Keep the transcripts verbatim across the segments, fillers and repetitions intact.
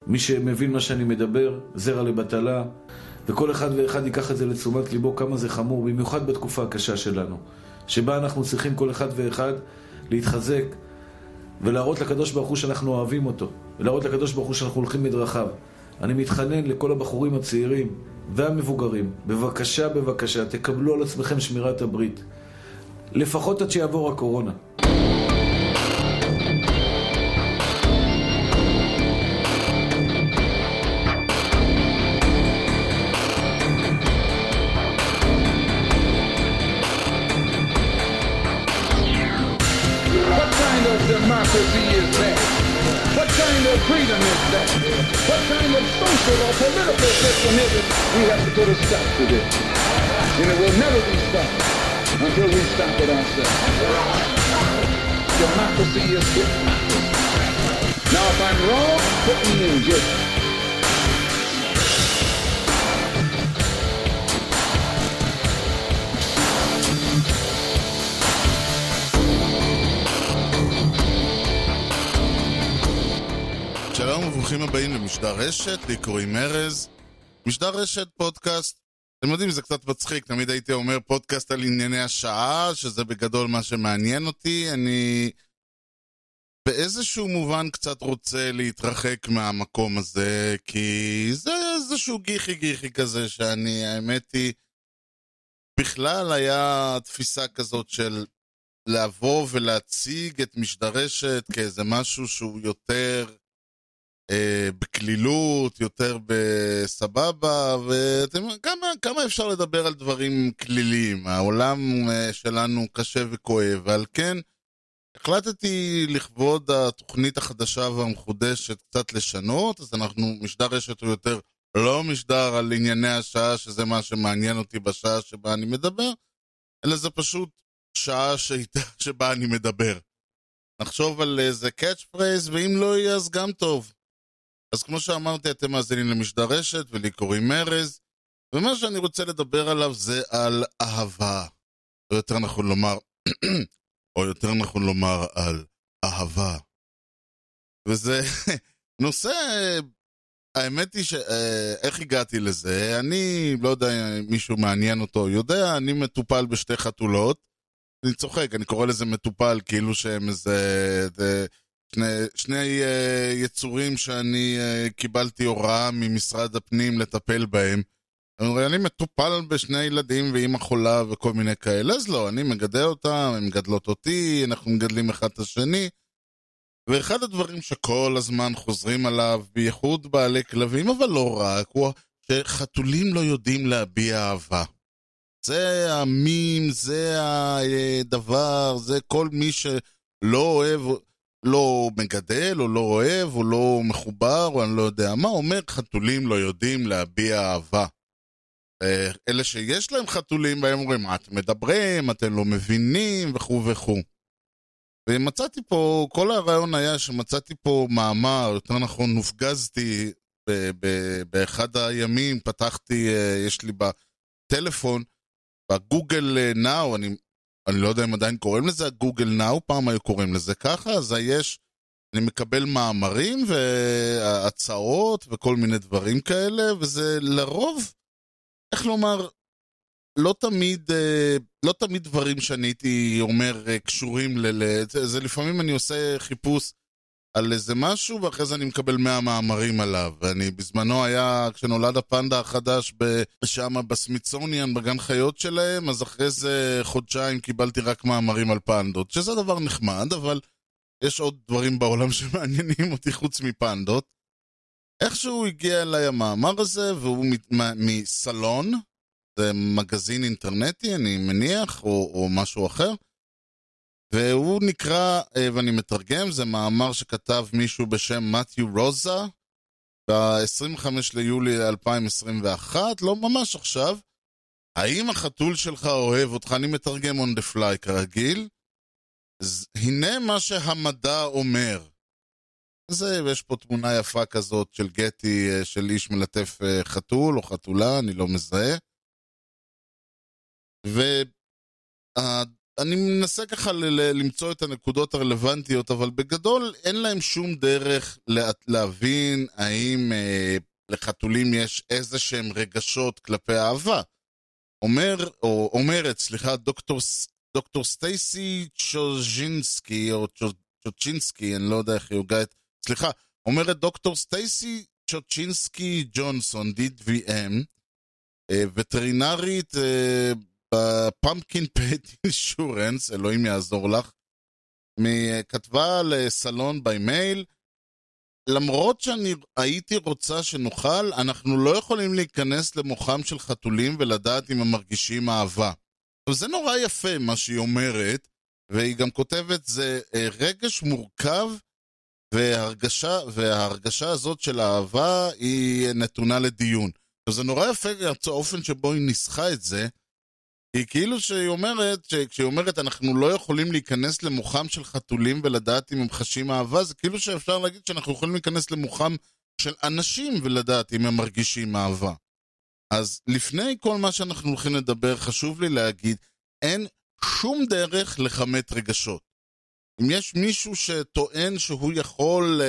מי שמבין מה שאני מדבר, זרע לבטלה, וכל אחד ואחד ייקח את זה לתשומת ליבו כמה זה חמור, במיוחד בתקופה הקשה שלנו, שבה אנחנו צריכים כל אחד ואחד להתחזק ולהראות לקדוש ברוך הוא שאנחנו אוהבים אותו, ולהראות לקדוש ברוך הוא שאנחנו הולכים מדרכיו. אני מתחנן לכל הבחורים הצעירים והמבוגרים, בבקשה, בבקשה, תקבלו על עצמכם שמירת הברית. לפחות עד שיעבור הקורונה. Democracy is that? What kind of freedom is that? What kind of social or political system is it? We have to put a stop to this. And it will never be stopped until we stop it ourselves. Democracy is hypocrisy. Now if I'm wrong, put me in jail. שלום וברוכים הבאים למשדר רשת, לי קוראים ארז. משדר רשת פודקאסט, אתם יודעים זה קצת מצחיק, תמיד הייתי אומר פודקאסט על ענייני השעה, שזה בגדול מה שמעניין אותי. אני באיזשהו מובן קצת רוצה להתרחק מהמקום הזה, כי זה איזשהו גיחי גיחי כזה, שאני האמת היא בכלל היה תפיסה כזאת של לבוא ולהציג את משדר רשת כאיזה משהו שהוא יותר בכלילות, יותר בסבבה, וכמה אפשר לדבר על דברים כליליים. העולם שלנו קשה וכואב, ועל כן החלטתי לכבוד התוכנית החדשה והמחודשת קצת לשנות, אז אנחנו, משדר רשת הוא יותר לא משדר על ענייני השעה, שזה מה שמעניין אותי בשעה שבה אני מדבר, אלא זה פשוט שעה שבה אני מדבר. נחשוב על איזה קאץ' פרייז, ואם לא יהיה אז גם טוב. אז כמו שאמרתי, אתם מאזינים למשדר רשת, ולי קוראים ארז, ומה שאני רוצה לדבר עליו זה על אהבה. או יותר נכון לומר, או יותר נכון לומר על אהבה. וזה נושא, האמת היא ש... איך הגעתי לזה? אני לא יודע אם מישהו מעניין אותו, יודע, אני מטופל בשתי חתולות, אני צוחק, אני קורא לזה מטופל, כאילו שהם איזה... שני, שני uh, יצורים שאני uh, קיבלתי הוראה ממשרד הפנים לטפל בהם. אני מטופל בשני ילדים ואמא חולה וכל מיני כאלה, אז לא, אני מגדל אותם, הם מגדלות אותי, אנחנו מגדלים אחד את השני, ואחד הדברים שכל הזמן חוזרים עליו, בייחוד בעלי כלבים, אבל לא רק, הוא שחתולים לא יודעים להביע אהבה. זה המים, זה הדבר, זה כל מי שלא אוהב... לא מגדל, או לא אוהב, או לא מחובר, או אני לא יודע מה, אומר חתולים לא יודעים להביע אהבה. אלה שיש להם חתולים, בהם אומרים, מה אתם מדברים, אתם לא מבינים, וכו' וכו'. ומצאתי פה, כל הרעיון היה שמצאתי פה מאמר, יותר נכון, נופגזתי ב- ב- באחד הימים, פתחתי, יש לי בטלפון, בגוגל נאו, אני... אני לא יודע אם עדיין קוראים לזה, גוגל נאו, פעם היו קוראים לזה ככה, אז יש, אני מקבל מאמרים והצעות וכל מיני דברים כאלה, וזה לרוב, איך לומר, לא תמיד, לא תמיד דברים שאני הייתי אומר קשורים ל... זה לפעמים אני עושה חיפוש על איזה משהו, ואחרי זה אני מקבל מאה מאמרים עליו, ואני בזמנו היה, כשנולד הפנדה החדש שם בסמיתסוניאן, בגן חיות שלהם, אז אחרי זה חודשיים קיבלתי רק מאמרים על פנדות, שזה דבר נחמד, אבל יש עוד דברים בעולם שמעניינים אותי חוץ מפנדות. איכשהו הגיע אליי המאמר הזה, והוא מסלון, זה מגזין אינטרנטי, אני מניח, או, או משהו אחר, והוא נקרא, ואני מתרגם, זה מאמר שכתב מישהו בשם מתיו רוזה, ב-עשרים וחמישה ליולי אלפיים עשרים ואחת, לא ממש עכשיו. האם החתול שלך אוהב אותך? אני מתרגם on the fly כרגיל. הנה מה שהמדע אומר. זה, ויש פה תמונה יפה כזאת של גטי, של איש מלטף חתול או חתולה, אני לא מזהה. וה... אני מנסה ככה למצוא את הנקודות הרלוונטיות, אבל בגדול אין להם שום דרך להבין האם אה, לחתולים יש איזה שהם רגשות כלפי אהבה. אומר, או אומרת, סליחה, דוקטור, דוקטור סטייסי צ'וז'ינסקי, או צ'וצ'ינסקי, אני לא יודע איך היא הוגה את, סליחה, אומרת דוקטור סטייסי צ'וצ'ינסקי ג'ונסון, די וי אם, אה, וטרינרית, אה, בפמפקין פט אינשורנס, אלוהים יעזור לך, כתבה לסלון ביי מייל, למרות שאני הייתי רוצה שנוכל, אנחנו לא יכולים להיכנס למוחם של חתולים ולדעת אם הם מרגישים אהבה. זה נורא יפה מה שהיא אומרת, והיא גם כותבת, זה רגש מורכב, וההרגשה, וההרגשה הזאת של האהבה היא נתונה לדיון. זה נורא יפה האופן שבו היא ניסחה את זה, היא כאילו שהיא אומרת, כשהיא אומרת אנחנו לא יכולים להיכנס למוחם של חתולים ולדעת אם הם חשים אהבה, זה כאילו שאפשר להגיד שאנחנו יכולים להיכנס למוחם של אנשים ולדעת אם הם מרגישים אהבה. אז לפני כל מה שאנחנו הולכים לדבר, חשוב לי להגיד, אין שום דרך לכמת רגשות. אם יש מישהו שטוען שהוא יכול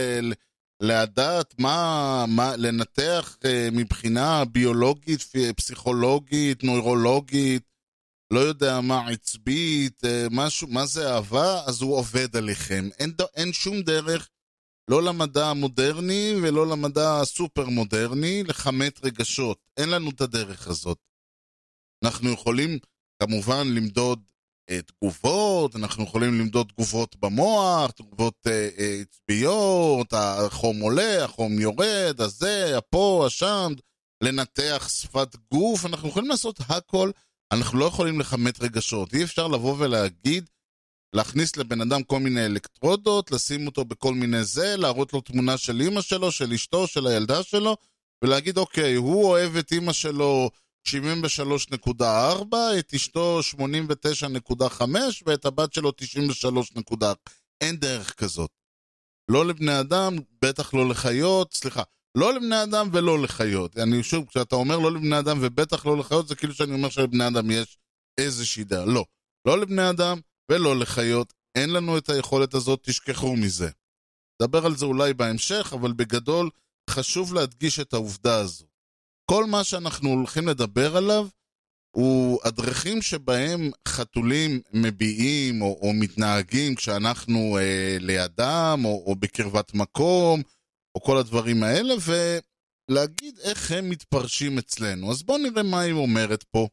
לדעת מה, מה לנתח מבחינה ביולוגית, פסיכולוגית, נוירולוגית, לא יודע מה עצבית, משהו, מה זה אהבה, אז הוא עובד עליכם. אין, אין שום דרך, לא למדע המודרני ולא למדע הסופר מודרני, לכמת רגשות. אין לנו את הדרך הזאת. אנחנו יכולים כמובן למדוד uh, תגובות, אנחנו יכולים למדוד תגובות במוח, תגובות uh, uh, עצביות, החום עולה, החום יורד, הזה, הפה, השם, לנתח שפת גוף, אנחנו יכולים לעשות הכל, אנחנו לא יכולים לכמת רגשות. אי אפשר לבוא ולהגיד, להכניס לבן אדם כל מיני אלקטרודות, לשים אותו בכל מיני זה, להראות לו תמונה של אמא שלו, של אשתו, של הילדה שלו, ולהגיד, אוקיי, הוא אוהב את אמא שלו שבעים ושלוש נקודה ארבע, את אשתו שמונים ותשע נקודה חמש, ואת הבת שלו תשעים ושלוש נקודה ארבע. אין דרך כזאת. לא לבני אדם, בטח לא לחיות, סליחה, לא לבני אדם ולא לחיות. אני שוב, כשאתה אומר לא לבני אדם ובטח לא לחיות, זה כאילו שאני אומר שלבני אדם יש איזושהי דעה. לא. לא לבני אדם ולא לחיות. אין לנו את היכולת הזאת, תשכחו מזה. דבר על זה אולי בהמשך, אבל בגדול חשוב להדגיש את העובדה הזו. כל מה שאנחנו הולכים לדבר עליו, הוא הדרכים שבהם חתולים מביעים או, או מתנהגים כשאנחנו אה, לידם או, או בקרבת מקום, או כל הדברים האלה, ולהגיד איך הם מתפרשים אצלנו. אז בואו נראה מה היא אומרת פה.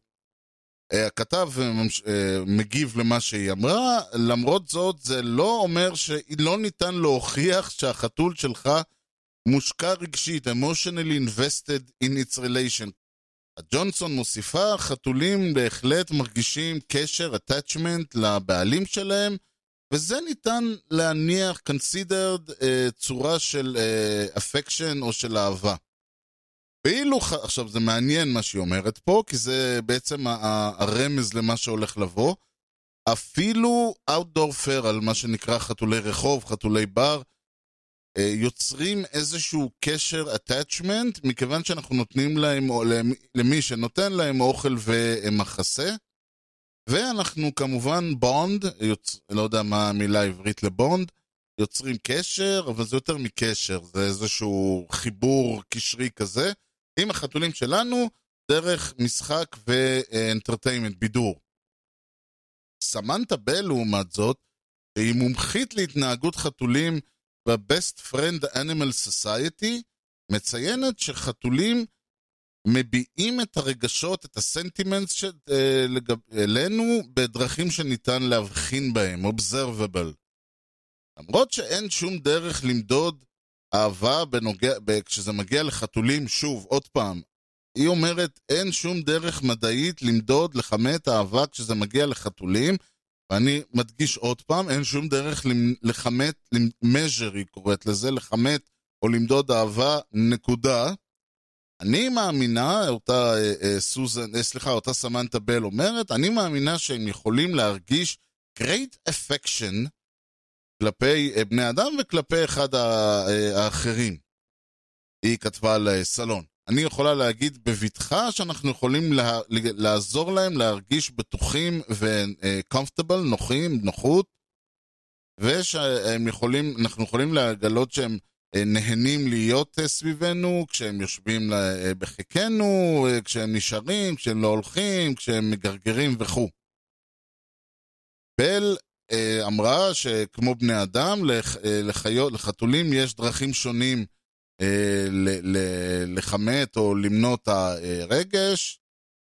הכתב מגיב למה שהיא אמרה, למרות זאת זה לא אומר שלא ניתן להוכיח שהחתול שלך מושקע רגשית, emotionally invested in its relation. ג'ונסון מוסיפה, חתולים בהחלט מרגישים קשר, attachment לבעלים שלהם, וזה ניתן להניח, considered, uh, צורה של uh, affection או של אהבה. ואילו, עכשיו זה מעניין מה שהיא אומרת פה, כי זה בעצם הרמז למה שהולך לבוא, אפילו outdoor feral, מה שנקרא חתולי רחוב, חתולי בר, uh, יוצרים איזשהו קשר, attachment, מכיוון שאנחנו נותנים להם, או למי שנותן להם אוכל ומחסה, ואנחנו כמובן בונד, יוצ... לא יודע מה המילה העברית לבונד, יוצרים קשר, אבל זה יותר מקשר, זה איזשהו חיבור קשרי כזה, עם החתולים שלנו, דרך משחק ואנטרטיימנט, בידור. סמנטה בל, לעומת זאת, שהיא מומחית להתנהגות חתולים ב-Best Friend Animal Society, מציינת שחתולים מביעים את הרגשות, את הסנטימנטס אלינו בדרכים שניתן להבחין בהם, observable. למרות שאין שום דרך למדוד אהבה בנוגע, כשזה מגיע לחתולים, שוב, עוד פעם, היא אומרת, אין שום דרך מדעית למדוד, לכמת אהבה כשזה מגיע לחתולים, ואני מדגיש עוד פעם, אין שום דרך לכמת, measure היא קוראת לזה, לכמת או למדוד אהבה, נקודה. אני מאמינה, אותה סוזן, סליחה, אותה סמנטה בל אומרת, אני מאמינה שהם יכולים להרגיש great affection כלפי בני אדם וכלפי אחד האחרים. היא כתבה לסלון. אני יכולה להגיד בביטחה שאנחנו יכולים לה, לעזור להם להרגיש בטוחים ו-comfortable, נוחים, נוחות, ושהם יכולים, אנחנו יכולים לגלות שהם נהנים להיות סביבנו, כשהם יושבים בחיקנו, כשהם נשארים, כשהם לא הולכים, כשהם מגרגרים וכו'. בל אמרה שכמו בני אדם, לחיות, לחתולים יש דרכים שונים לחמת או למנוע את הרגש,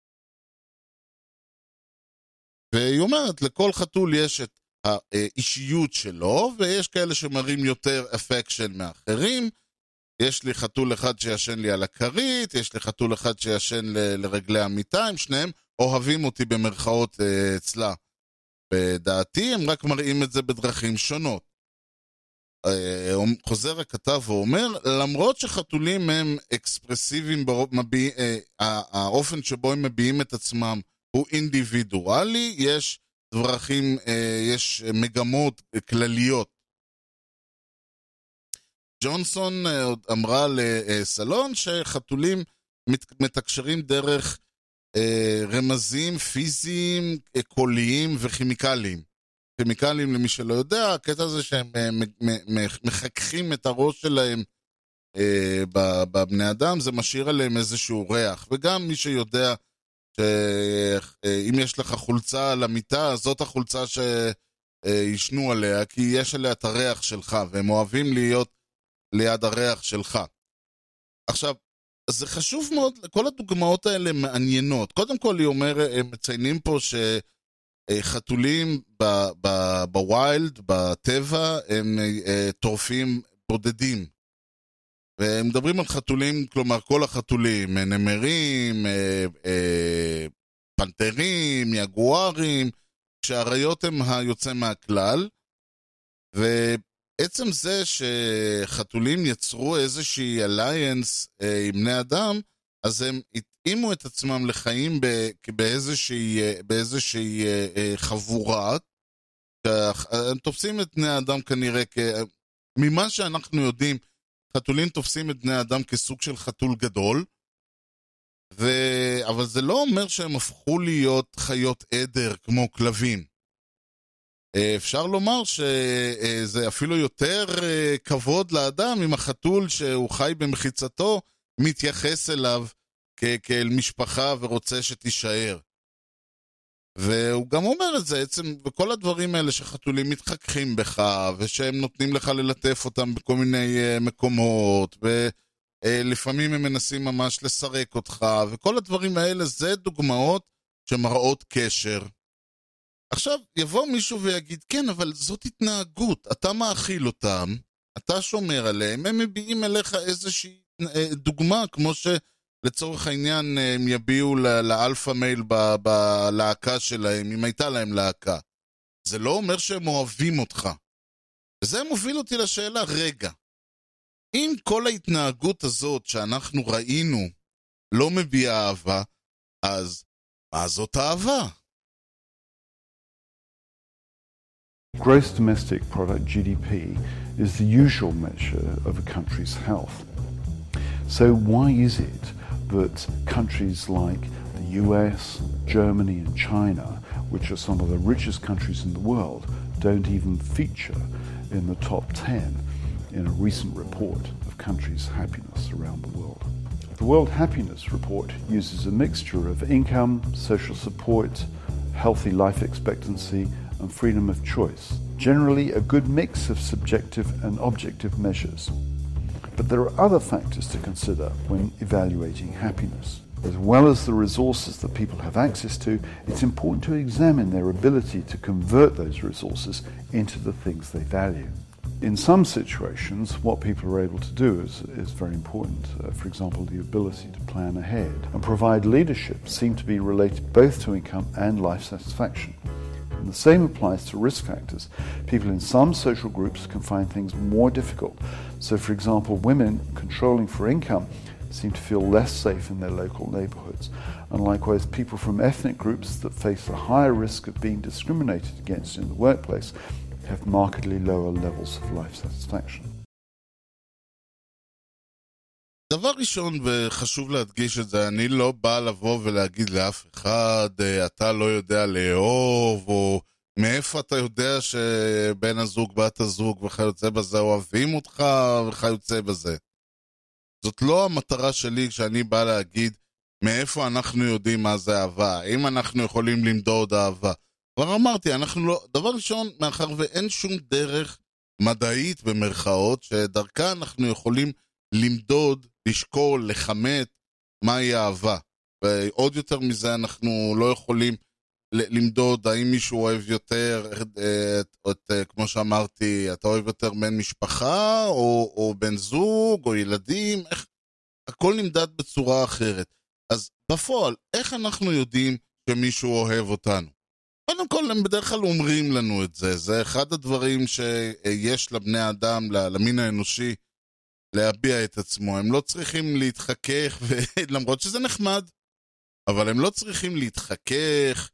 והיא אומרת, לכל חתול יש את האישיות שלו, ויש כאלה שמראים יותר אפקשן מאחרים. יש לי חתול אחד שישן לי על הכרית, יש לי חתול אחד שישן ל- לרגלי המיטה, הם שניהם אוהבים אותי במרכאות אצלה. בדעתי הם רק מראים את זה בדרכים שונות. חוזר הכתב ואומר, למרות שחתולים הם אקספרסיביים, מביע, האופן שבו הם מביעים את עצמם הוא אינדיבידואלי, יש דרכים, יש מגמות כלליות. ג'ונסון אמרה לסלון שחתולים מתקשרים דרך רמזים פיזיים, קוליים וכימיקליים. כימיקלים, למי שלא יודע, הקטע הזה שהם מחככים את הראש שלהם בבני אדם, זה משאיר עליהם איזשהו ריח. וגם מי שיודע שאם יש לך חולצה על המיטה, זאת החולצה שישנו עליה, כי יש עליה את הריח שלך, והם אוהבים להיות ליד הריח שלך. עכשיו, זה חשוב מאוד, כל הדוגמאות האלה מעניינות. קודם כל, היא אומרת, הם מציינים פה ש... חתולים בווילד, בטבע, הם טורפים בודדים. והם מדברים על חתולים, כלומר כל החתולים, נמרים, פנתרים, יגוארים, שהאריות הם היוצא מהכלל. ועצם זה שחתולים יצרו איזושהי אליינס עם בני אדם, אז הם התאימו את עצמם לחיים באיזושהי, באיזושהי חבורה. הם תופסים את בני האדם כנראה, ממה שאנחנו יודעים, חתולים תופסים את בני האדם כסוג של חתול גדול, ו... אבל זה לא אומר שהם הפכו להיות חיות עדר כמו כלבים. אפשר לומר שזה אפילו יותר כבוד לאדם אם החתול שהוא חי במחיצתו מתייחס אליו כ- כאל משפחה ורוצה שתישאר. והוא גם אומר את זה, עצם, וכל הדברים האלה שחתולים מתחככים בך, ושהם נותנים לך ללטף אותם בכל מיני uh, מקומות, ולפעמים uh, הם מנסים ממש לסרק אותך, וכל הדברים האלה זה דוגמאות שמראות קשר. עכשיו יבוא מישהו ויגיד, כן, אבל זאת התנהגות, אתה מאכיל אותם, אתה שומר עליהם, הם מביאים אליך איזושהי דוגמה, כמו שלצורך העניין הם יביאו לאלפא מייל בלהקה שלהם, אם הייתה להם להקה. זה לא אומר שהם אוהבים אותך. וזה מוביל אותי לשאלה, רגע, אם כל ההתנהגות הזאת שאנחנו ראינו לא מביאה אהבה, אז מה זאת אהבה? Gross domestic product, G D P, is the usual measure of a country's health. So why is it that countries like the U S, Germany and China, which are some of the richest countries in the world, don't even feature in the top ten in a recent report of countries' happiness around the world? The World Happiness Report uses a mixture of income, social support, healthy life expectancy and freedom of choice. Generally a good mix of subjective and objective measures. But there are other factors to consider when evaluating happiness. As well as the resources that people have access to, it's important to examine their ability to convert those resources into the things they value. In some situations, what people are able to do is, is very important. Uh, for example, the ability to plan ahead and provide leadership seem to be related both to income and life satisfaction. And the same applies to risk factors. People in some social groups can find things more difficult. So, for example, women controlling for income seem to feel less safe in their local neighborhoods. And likewise, people from ethnic groups that face a higher risk of being discriminated against in the workplace have markedly lower levels of life satisfaction. דבר ראשון, וחשוב להדגיש את זה, אני לא בא לבוא ולהגיד לאף אחד, אתה לא יודע לאהוב, או מאיפה אתה יודע שבן הזוג, בת הזוג וכיוצא בזה, אוהבים אותך וכיוצא בזה. זאת לא המטרה שלי כשאני בא להגיד, מאיפה אנחנו יודעים מה זה אהבה, האם אנחנו יכולים למדוד אהבה. כבר אמרתי, אנחנו לא, דבר ראשון, מאחר ואין שום דרך מדעית במרכאות, שדרכה אנחנו יכולים למדוד, לשקול, לכמת מהי אהבה. ועוד יותר מזה אנחנו לא יכולים למדוד האם מישהו אוהב יותר, את, את, את, כמו שאמרתי, אתה אוהב יותר בן משפחה, או, או בן זוג, או ילדים, איך, הכל נמדד בצורה אחרת. אז בפועל, איך אנחנו יודעים שמישהו אוהב אותנו? קודם כל, הם בדרך כלל אומרים לנו את זה. זה אחד הדברים שיש לבני אדם, למין האנושי, להביע את עצמו. הם לא צריכים להתחכך, למרות שזה נחמד, אבל הם לא צריכים להתחכך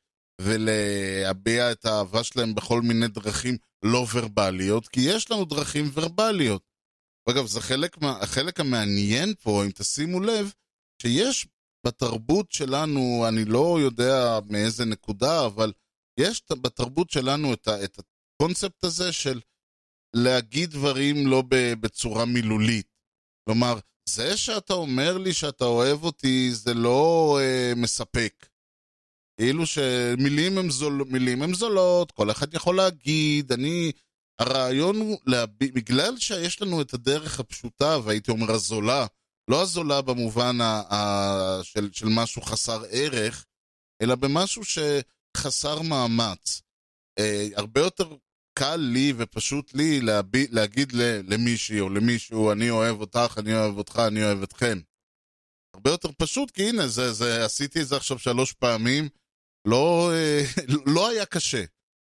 ולהביע את האהבה שלהם בכל מיני דרכים לא ורבליות, כי יש לנו דרכים ורבליות. אגב, זה חלק, החלק המעניין פה, אם תשימו לב, שיש בתרבות שלנו, אני לא יודע מאיזה נקודה, אבל יש בתרבות שלנו את, ה, את הקונספט הזה של להגיד דברים לא בצורה מילולית. כלומר, זה שאתה אומר לי שאתה אוהב אותי, זה לא אה, מספק. כאילו שמילים הם, זול, מילים הם זולות, כל אחד יכול להגיד, אני, הרעיון הוא, להביע, בגלל שיש לנו את הדרך הפשוטה, והייתי אומר הזולה, לא הזולה במובן ה, ה, של, של משהו חסר ערך, אלא במשהו שחסר מאמץ. אה, הרבה יותר קל לי ופשוט לי להביע, להגיד למישהי או למישהו, אני אוהב אותך, אני אוהב אותך, אני אוהב אתכם. הרבה יותר פשוט, כי הנה, זה, זה, עשיתי את זה עכשיו שלוש פעמים, לא, לא היה קשה.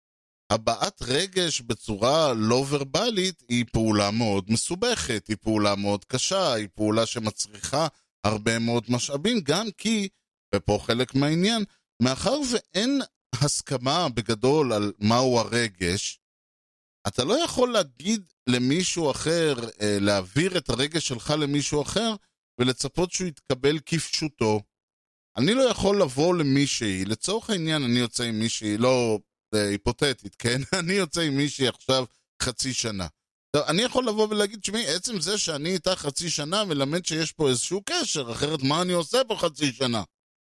הבעת רגש בצורה לא ורבלית היא פעולה מאוד מסובכת, היא פעולה מאוד קשה, היא פעולה שמצריכה הרבה מאוד משאבים, גם כי, ופה חלק מהעניין, מאחר ואין הסכמה בגדול על מהו הרגש, אתה לא יכול להגיד למישהו אחר, להעביר את הרגש שלך למישהו אחר, ולצפות שהוא יתקבל כפשוטו. אני לא יכול לבוא למישהי, לצורך העניין אני יוצא עם מישהי, לא היפותטית, כן? אני יוצא עם מישהי עכשיו חצי שנה. אני יכול לבוא ולהגיד, שמי, עצם זה שאני איתה חצי שנה, מלמד שיש פה איזשהו קשר, אחרת מה אני עושה פה חצי שנה?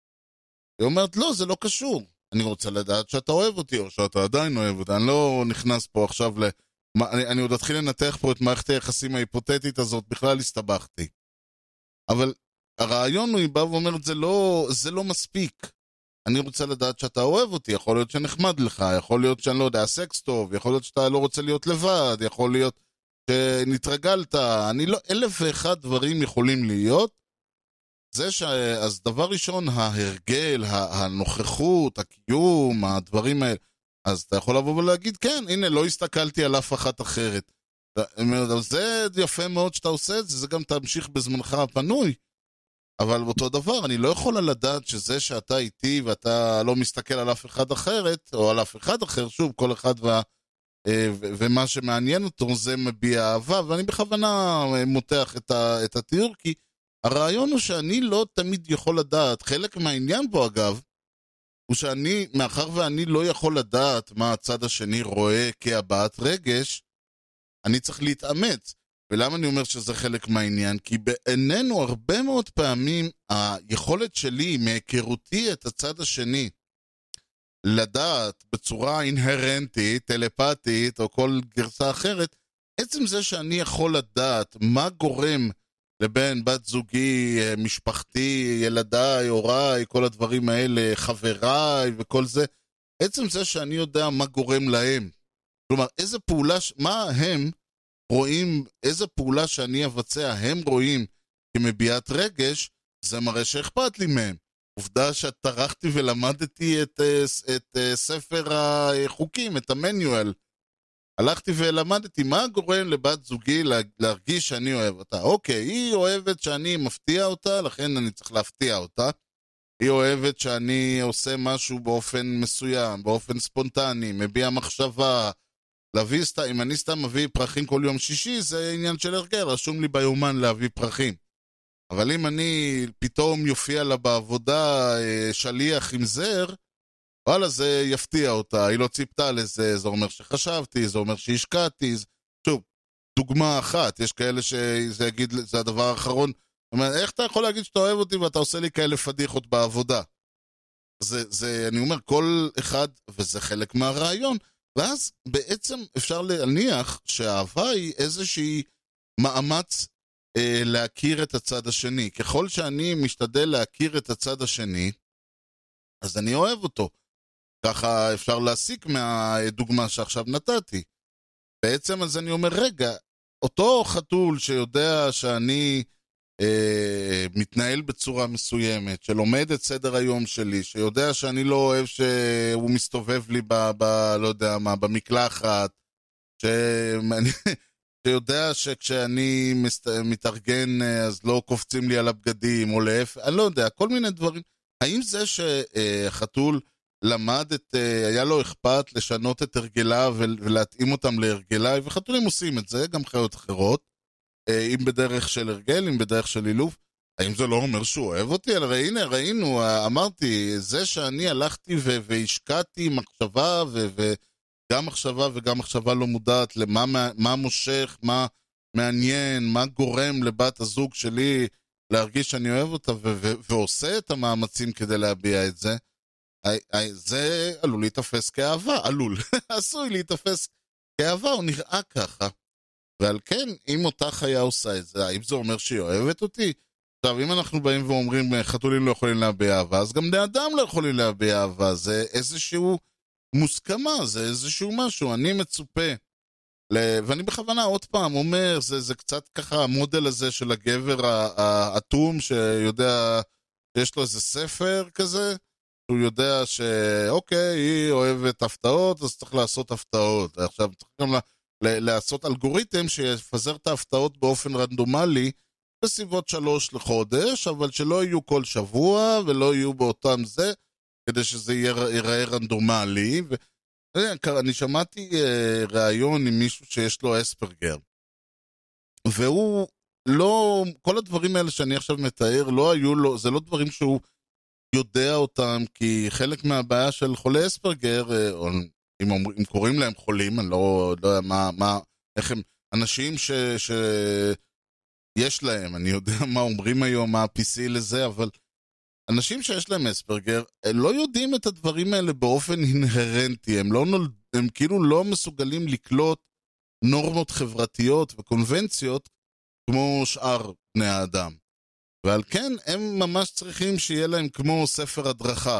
היא אומרת, לא, זה לא קשור. אני רוצה לדעת שאתה אוהב אותי, או שאתה עדיין אוהב אותי. אני לא נכנס פה עכשיו ל... אני, אני עוד אתחיל לנתח פה את מערכת היחסים ההיפותטית הזאת, בכלל הסתבכתי. אבל הרעיון הוא, היא בא ואומרת, זה לא, זה לא מספיק. אני רוצה לדעת שאתה אוהב אותי, יכול להיות שנחמד לך, יכול להיות שאני לא יודע, סקס טוב, יכול להיות שאתה לא רוצה להיות לבד, יכול להיות שנתרגלת, אני לא, אלף ואחד דברים יכולים להיות. זה ש... אז דבר ראשון, ההרגל, הנוכחות, הקיום, הדברים האלה, אז אתה יכול לבוא ולהגיד, כן, הנה, לא הסתכלתי על אף אחת אחרת. זה יפה מאוד שאתה עושה את זה, זה גם תמשיך בזמנך הפנוי. אבל באותו דבר, אני לא יכולה לדעת שזה שאתה איתי ואתה לא מסתכל על אף אחד אחרת, או על אף אחד אחר, שוב, כל אחד וה, ומה שמעניין אותו זה מביע אהבה, ואני בכוונה מותח את, ה, את התיאור, כי הרעיון הוא שאני לא תמיד יכול לדעת, חלק מהעניין פה אגב, הוא שאני, מאחר ואני לא יכול לדעת מה הצד השני רואה כהבעת רגש, אני צריך להתאמץ. ולמה אני אומר שזה חלק מהעניין? כי בעינינו הרבה מאוד פעמים היכולת שלי מהיכרותי את הצד השני לדעת בצורה אינהרנטית, טלפתית או כל גרסה אחרת, עצם זה שאני יכול לדעת מה גורם לבן, בת זוגי, משפחתי, ילדיי, הוריי, כל הדברים האלה, חבריי וכל זה, עצם זה שאני יודע מה גורם להם. כלומר, איזה פעולה, מה הם רואים, איזה פעולה שאני אבצע, הם רואים כמביעת רגש, זה מראה שאכפת לי מהם. עובדה שטרחתי ולמדתי את, את, את ספר החוקים, את המניואל. הלכתי ולמדתי מה גורם לבת זוגי להרגיש שאני אוהב אותה. אוקיי, היא אוהבת שאני מפתיע אותה, לכן אני צריך להפתיע אותה. היא אוהבת שאני עושה משהו באופן מסוים, באופן ספונטני, מביע מחשבה, להביא סתם, אם אני סתם מביא פרחים כל יום שישי, זה עניין של הרגל, רשום לי ביומן להביא פרחים. אבל אם אני פתאום יופיע לה בעבודה שליח עם זר, וואלה, זה יפתיע אותה, היא לא ציפתה לזה, זה אומר שחשבתי, זה אומר שהשקעתי, שוב, דוגמה אחת, יש כאלה שזה יגיד, זה הדבר האחרון, זאת אומרת, איך אתה יכול להגיד שאתה אוהב אותי ואתה עושה לי כאלה פדיחות בעבודה? זה, זה, אני אומר, כל אחד, וזה חלק מהרעיון, ואז בעצם אפשר להניח שהאהבה היא איזושהי מאמץ אה, להכיר את הצד השני. ככל שאני משתדל להכיר את הצד השני, אז אני אוהב אותו. ככה אפשר להסיק מהדוגמה שעכשיו נתתי. בעצם אז אני אומר, רגע, אותו חתול שיודע שאני אה, מתנהל בצורה מסוימת, שלומד את סדר היום שלי, שיודע שאני לא אוהב שהוא מסתובב לי ב, ב, לא יודע מה, במקלחת, שאני, שיודע שכשאני מסת, מתארגן אז לא קופצים לי על הבגדים, או להפך, אני לא יודע, כל מיני דברים. האם זה שחתול למד את, היה לו אכפת לשנות את הרגלה ולהתאים אותם להרגלה, וחתולים עושים את זה, גם חיות אחרות, אם בדרך של הרגל, אם בדרך של אילוף, האם זה לא אומר שהוא אוהב אותי? אלא הנה, ראינו, אמרתי, זה שאני הלכתי והשקעתי מחשבה, וגם מחשבה וגם מחשבה לא מודעת למה מה מושך, מה מעניין, מה גורם לבת הזוג שלי להרגיש שאני אוהב אותה, ועושה את המאמצים כדי להביע את זה, זה עלול להתאפס כאהבה, עלול, עשוי להתאפס כאהבה, הוא נראה ככה. ועל כן, אם אותה חיה עושה את זה, האם זה אומר שהיא אוהבת אותי? עכשיו, אם אנחנו באים ואומרים, חתולים לא יכולים להביע אהבה, אז גם בני אדם לא יכולים להביע אהבה, זה איזשהו מוסכמה, זה איזשהו משהו, אני מצופה, ל... ואני בכוונה עוד פעם אומר, זה, זה קצת ככה המודל הזה של הגבר האטום, שיודע, יש לו איזה ספר כזה, הוא יודע שאוקיי, היא אוהבת הפתעות, אז צריך לעשות הפתעות. עכשיו, צריך גם לעשות אלגוריתם שיפזר את ההפתעות באופן רנדומלי, בסביבות שלוש לחודש, אבל שלא יהיו כל שבוע, ולא יהיו באותם זה, כדי שזה ייראה רנדומלי. ואני שמעתי ראיון עם מישהו שיש לו אספרגר, והוא לא, כל הדברים האלה שאני עכשיו מתאר, לא היו לו, זה לא דברים שהוא יודע אותם, כי חלק מהבעיה של חולי אספרגר, או אם, אומר, אם קוראים להם חולים, אני לא, לא יודע מה, מה, איך הם, אנשים ש, ש, יש להם, אני יודע מה אומרים היום, מה ה-פי סי לזה, אבל אנשים שיש להם אספרגר, הם לא יודעים את הדברים האלה באופן אינהרנטי, הם, לא נולד, הם כאילו לא מסוגלים לקלוט נורמות חברתיות וקונבנציות, כמו שאר בני האדם. ועל כן הם ממש צריכים שיהיה להם כמו ספר הדרכה.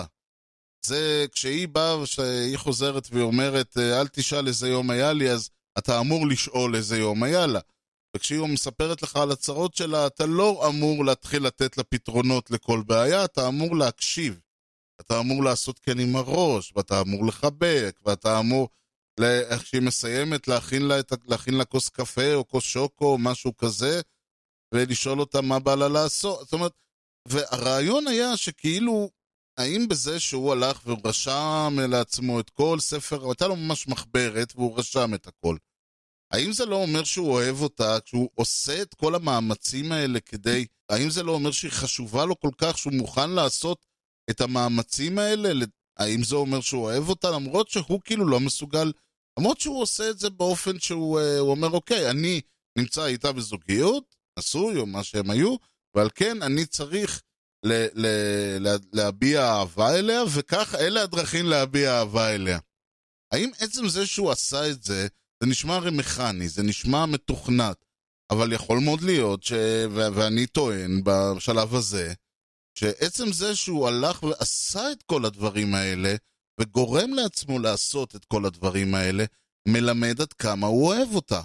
זה כשהיא באה ושהיא חוזרת ואומרת, אל תשאל איזה יום היה לי, אז אתה אמור לשאול איזה יום היה לה. וכשהיא מספרת לך על הצרות שלה, אתה לא אמור להתחיל לתת לה פתרונות לכל בעיה, אתה אמור להקשיב. אתה אמור לעשות כן עם הראש, ואתה אמור לחבק, ואתה אמור, איך שהיא מסיימת, להכין לה, להכין לה כוס קפה או כוס שוקו או משהו כזה, ולשאול אותה מה בא לה לעשות. זאת אומרת, והרעיון היה שכאילו, האם בזה שהוא הלך והוא רשם לעצמו את כל ספר, הייתה לו ממש מחברת והוא רשם את הכל. האם זה לא אומר שהוא אוהב אותה, כשהוא עושה את כל המאמצים האלה כדי, האם זה לא אומר שהיא חשובה לו כל כך, שהוא מוכן לעשות את המאמצים האלה? האם זה אומר שהוא אוהב אותה, למרות שהוא כאילו לא מסוגל, למרות שהוא עושה את זה באופן שהוא אומר, אוקיי, אני נמצא איתה בזוגיות, נשוי או מה שהם היו, ועל כן אני צריך ל- ל- ל- להביע אהבה אליה, וכך אלה הדרכים להביע אהבה אליה. האם עצם זה שהוא עשה את זה, זה נשמע הרי מכני, זה נשמע מתוכנת, אבל יכול מאוד להיות, ש... ו- ואני טוען בשלב הזה, שעצם זה שהוא הלך ועשה את כל הדברים האלה, וגורם לעצמו לעשות את כל הדברים האלה, מלמד עד כמה הוא אוהב אותה.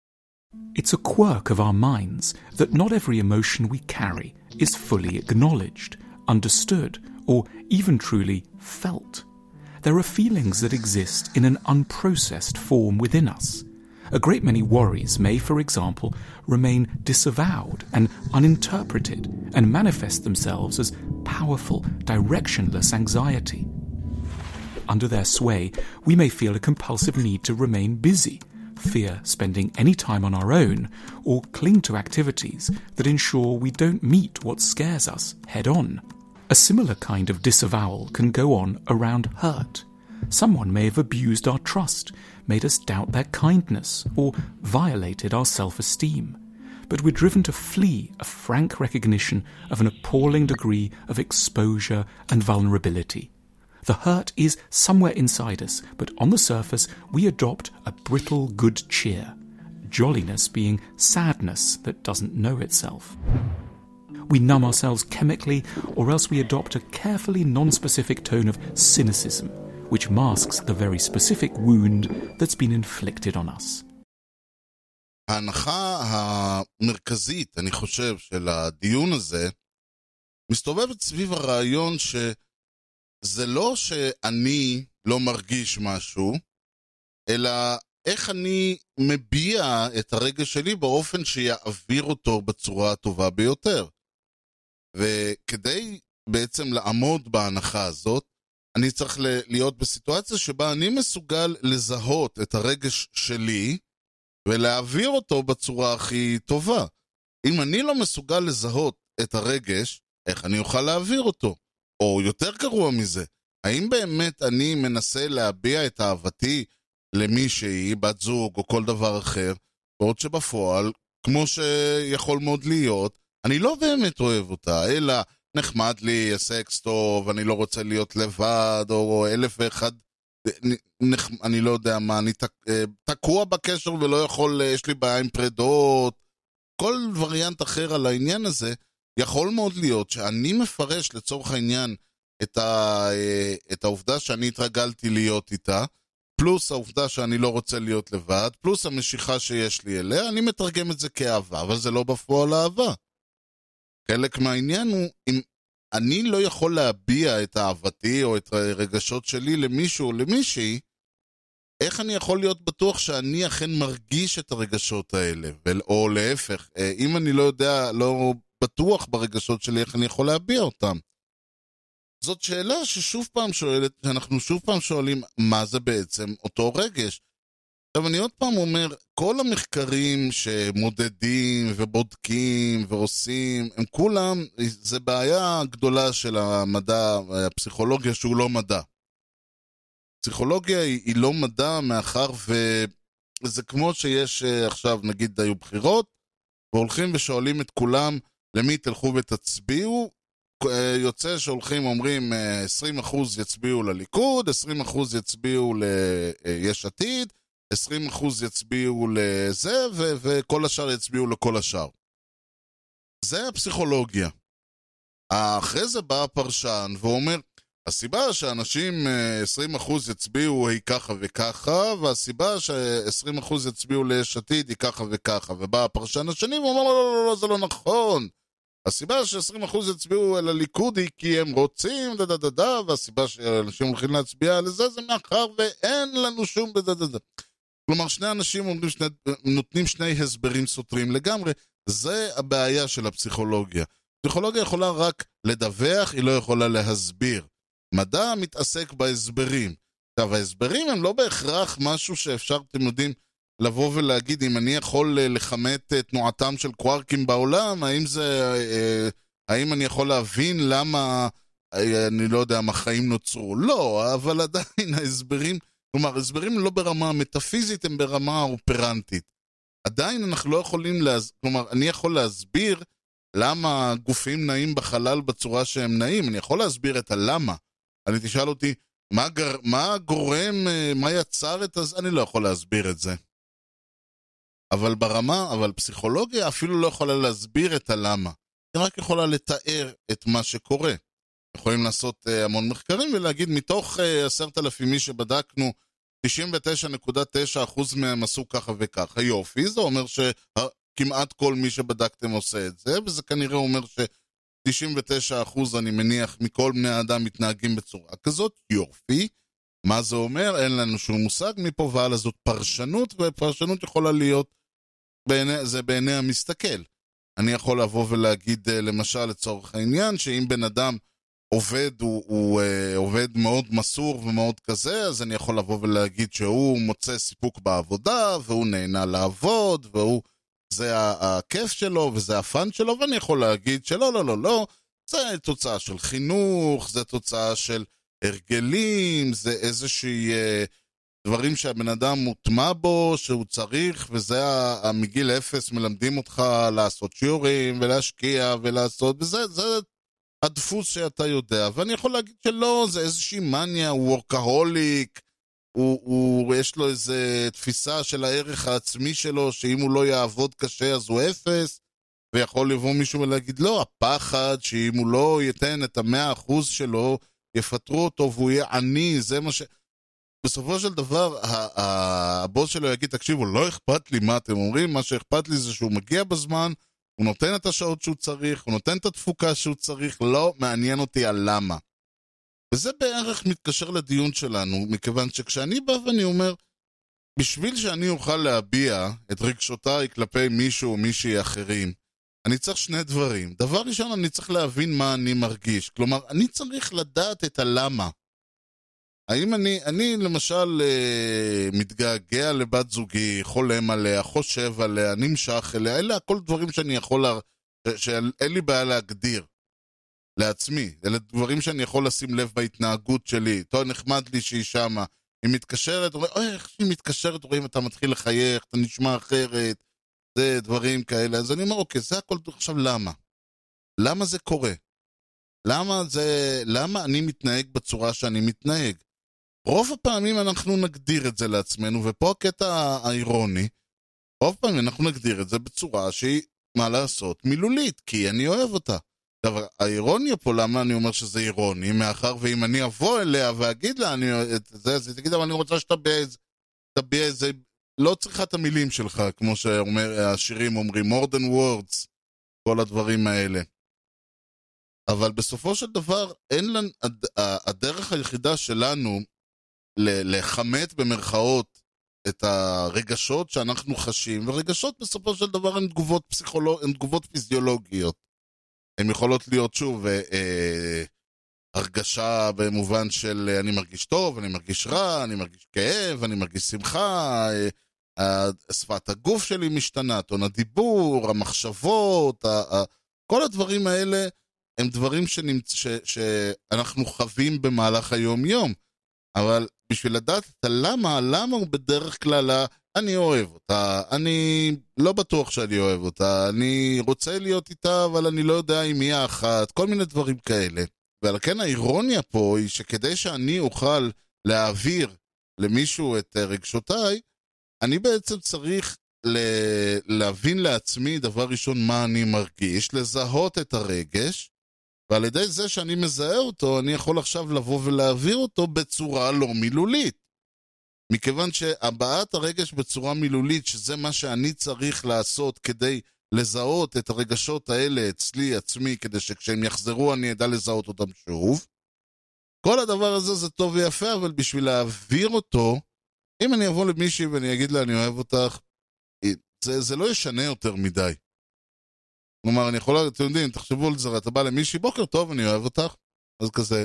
It's a quirk of our minds that not every emotion we carry is fully acknowledged, understood, or even truly felt. There are feelings that exist in an unprocessed form within us. A great many worries may, for example, remain disavowed and uninterpreted and manifest themselves as powerful, directionless anxiety. Under their sway, we may feel a compulsive need to remain busy, fear spending any time on our own, or cling to activities that ensure we don't meet what scares us head-on. A similar kind of disavowal can go on around hurt. Someone may have abused our trust, made us doubt their kindness, or violated our self-esteem. But we're driven to flee a frank recognition of an appalling degree of exposure and vulnerability. The hurt is somewhere inside us, but on the surface we adopt a brittle good cheer, jolliness being sadness that doesn't know itself. We numb ourselves chemically, or else we adopt a carefully non-specific tone of cynicism, which masks the very specific wound that's been inflicted on us. ההנחה המרכזית, אני חושב, של הדיון הזה, מסתובבת סביב הרעיון שזה לא שאני לא מרגיש משהו, אלא איך אני מביע את הרגש שלי באופן שיעביר אותו בצורה הטובה ביותר. וכדי בעצם לעמוד בהנחה הזאת, אני צריך להיות בסיטואציה שבה אני מסוגל לזהות את הרגש שלי, ולהעביר אותו בצורה הכי טובה. אם אני לא מסוגל לזהות את הרגש, איך אני אוכל להעביר אותו? או יותר גרוע מזה, האם באמת אני מנסה להביע את אהבתי למישהי, בת זוג או כל דבר אחר, בעוד שבפועל, כמו שיכול מאוד להיות, אני לא באמת אוהב אותה, אלא נחמד לי, סקס טוב, אני לא רוצה להיות לבד, או אלף ואחד, אני לא יודע מה, אני תקוע בקשר ולא יכול, יש לי בעיה עם פרדות, כל וריאנט אחר על העניין הזה, יכול מאוד להיות שאני מפרש לצורך העניין את, ה, את העובדה שאני התרגלתי להיות איתה, פלוס העובדה שאני לא רוצה להיות לבד, פלוס המשיכה שיש לי אליה, אני מתרגם את זה כאהבה, אבל זה לא בפועל אהבה. חלק מהעניין הוא, אם אני לא יכול להביע את אהבתי או את הרגשות שלי למישהו או למישהי, איך אני יכול להיות בטוח שאני אכן מרגיש את הרגשות האלה? או להפך, אם אני לא יודע, לא בטוח ברגשות שלי, איך אני יכול להביע אותם? זאת שאלה ששוב פעם שואלת, שאנחנו שוב פעם שואלים, מה זה בעצם אותו רגש? עכשיו אני עוד פעם אומר, כל המחקרים שמודדים ובודקים ועושים, הם כולם, זה בעיה גדולה של המדע, הפסיכולוגיה שהוא לא מדע. פסיכולוגיה היא, היא לא מדע מאחר וזה כמו שיש עכשיו נגיד היו בחירות, והולכים ושואלים את כולם למי תלכו ותצביעו, יוצא שהולכים אומרים עשרים אחוז יצביעו לליכוד, עשרים אחוז יצביעו ליש עתיד, עשרים אחוז יצביעו לזה, ו- וכל השאר יצביעו לכל השאר. זה הפסיכולוגיה. אחרי זה בא הפרשן ואומר, הסיבה שאנשים עשרים אחוז יצביעו היא ככה וככה, והסיבה ש-עשרים אחוז יצביעו ליש עתיד היא ככה וככה, ובא הפרשן השני ואומר, לא, לא, לא, לא, זה לא נכון. הסיבה ש-עשרים אחוז יצביעו אל הליכוד היא כי הם רוצים, דה דה דה דה, והסיבה שאנשים הולכים להצביע לזה, זה מאחר ואין לנו שום דה דה דה דה. כלומר, שני אנשים אומרים, שני, נותנים שני הסברים סותרים לגמרי, זה הבעיה של הפסיכולוגיה. פסיכולוגיה יכולה רק לדווח, היא לא יכולה להסביר. מדע מתעסק בהסברים. עכשיו, ההסברים הם לא בהכרח משהו שאפשר, אתם יודעים, לבוא ולהגיד, אם אני יכול לחמת תנועתם של קווארקים בעולם, האם זה, האם אני יכול להבין למה, אני לא יודע, מה חיים נוצרו? לא, אבל עדיין ההסברים, כלומר, ההסברים לא ברמה המטאפיזית, הם ברמה האופרנטית. עדיין אנחנו לא יכולים, להס... כלומר, אני יכול להסביר למה גופים נעים בחלל בצורה שהם נעים, אני יכול להסביר את הלמה. אני תשאל אותי, מה, גר... מה גורם, מה יצר את זה? אני לא יכול להסביר את זה. אבל ברמה, אבל פסיכולוגיה אפילו לא יכולה להסביר את הלמה. היא רק יכולה לתאר את מה שקורה. יכולים לעשות uh, המון מחקרים ולהגיד, מתוך עשרת אלפים מי שבדקנו, תשעים ותשע נקודה תשע אחוז מהם עשו ככה וככה. יופי, זה אומר שכמעט כל מי שבדקתם עושה את זה, וזה כנראה אומר ש-תשעים ותשע אחוז אני מניח מכל בני האדם מתנהגים בצורה כזאת. יופי. מה זה אומר? אין לנו שום מושג מפה ועלה, זאת פרשנות, ופרשנות יכולה להיות, בעיני, זה בעיני המסתכל. אני יכול לבוא ולהגיד, למשל, לצורך העניין, שאם בן אדם עובד הוא, הוא uh, עובד מאוד מסור ומאוד כזה, אז אני יכול לבוא ולהגיד שהוא מוצא סיפוק בעבודה, והוא נהנה לעבוד, והוא, זה הכיף שלו, וזה הפן שלו, ואני יכול להגיד שלא, לא, לא, לא, זה תוצאה של חינוך, זה תוצאה של הרגלים, זה איזושהי uh, דברים שהבן אדם מוטמע בו, שהוא צריך, וזה ה, מגיל אפס מלמדים אותך לעשות שיעורים, ולהשקיע, ולעשות, וזה, זה הדפוס שאתה יודע, ואני יכול להגיד שלא, זה איזושהי מניה, הוא וורקהוליק, הוא, הוא, יש לו איזו תפיסה של הערך העצמי שלו, שאם הוא לא יעבוד קשה אז הוא אפס, ויכול לבוא מישהו ולהגיד, לא, הפחד שאם הוא לא ייתן את המאה אחוז שלו, יפטרו אותו והוא יהיה עני, זה מה ש... בסופו של דבר, הבוס שלו יגיד, תקשיבו, לא אכפת לי מה אתם אומרים, מה שאכפת לי זה שהוא מגיע בזמן, הוא נותן את השעות שהוא צריך, הוא נותן את התפוקה שהוא צריך, לא מעניין אותי על למה. וזה בערך מתקשר לדיון שלנו, מכיוון שכשאני בא ואני אומר, בשביל שאני אוכל להביע את רגשותיי כלפי מישהו או מישהי אחרים, אני צריך שני דברים. דבר ראשון, אני צריך להבין מה אני מרגיש. כלומר, אני צריך לדעת את הלמה. האם אני, אני למשל מתגעגע לבת זוגי, חולם עליה, חושב עליה, נמשך אליה, אלה הכל דברים שאני יכול, לה, שאין לי בעיה להגדיר לעצמי. אלה דברים שאני יכול לשים לב בהתנהגות שלי. טוב, נחמד לי שהיא שמה. היא מתקשרת, אוי, איך שהיא מתקשרת, רואים, אתה מתחיל לחייך, אתה נשמע אחרת, זה דברים כאלה. אז אני אומר, אוקיי, זה הכל. עכשיו, למה? למה זה קורה? למה זה, למה אני מתנהג בצורה שאני מתנהג? רוב הפעמים אנחנו נגדיר את זה לעצמנו, ופה הקטע האירוני, רוב פעמים אנחנו נגדיר את זה בצורה שהיא, מה לעשות, מילולית, כי אני אוהב אותה. עכשיו, האירוניה פה, למה אני אומר שזה אירוני? מאחר ואם אני אבוא אליה ואגיד לה, אני, את זה, אז היא תגיד, אבל אני רוצה שתביע את זה, תביע את זה, לא צריכה את המילים שלך, כמו שהשירים אומרים, more than words, כל הדברים האלה. אבל בסופו של דבר, אין לנו, הדרך היחידה שלנו, לחמת במרכאות את הרגשות שאנחנו חשים, ורגשות בסופו של דבר הן תגובות פסיכולוג... הן תגובות פיזיולוגיות. הן יכולות להיות שוב אה, אה, הרגשה במובן של אני מרגיש טוב, אני מרגיש רע, אני מרגיש כאב, אני מרגיש שמחה, אה, שפת הגוף שלי משתנה, טון הדיבור, המחשבות, ה, ה, כל הדברים האלה הם דברים שנמצ... ש... שאנחנו חווים במהלך היום-יום. אבל בשביל לדעת את הלמה, הלמה הוא בדרך כלל, אני אוהב אותה, אני לא בטוח שאני אוהב אותה, אני רוצה להיות איתה, אבל אני לא יודע אם היא האחת, כל מיני דברים כאלה. ועל כן האירוניה פה היא שכדי שאני אוכל להעביר למישהו את רגשותיי, אני בעצם צריך להבין לעצמי דבר ראשון מה אני מרגיש, לזהות את הרגש, ועל ידי זה שאני מזהה אותו, אני יכול עכשיו לבוא ולהעביר אותו בצורה לא מילולית. מכיוון שהבעת הרגש בצורה מילולית, שזה מה שאני צריך לעשות כדי לזהות את הרגשות האלה אצלי, עצמי, כדי שכשהם יחזרו אני אדע לזהות אותם שוב. כל הדבר הזה זה טוב ויפה, אבל בשביל להעביר אותו, אם אני אבוא למישהי ואני אגיד לה אני אוהב אותך, זה, זה לא ישנה יותר מדי. כלומר, אני יכול, אתם יודעים, תחשבו על זה, אתה בא למישהי, בוקר טוב, אני אוהב אותך, אז כזה,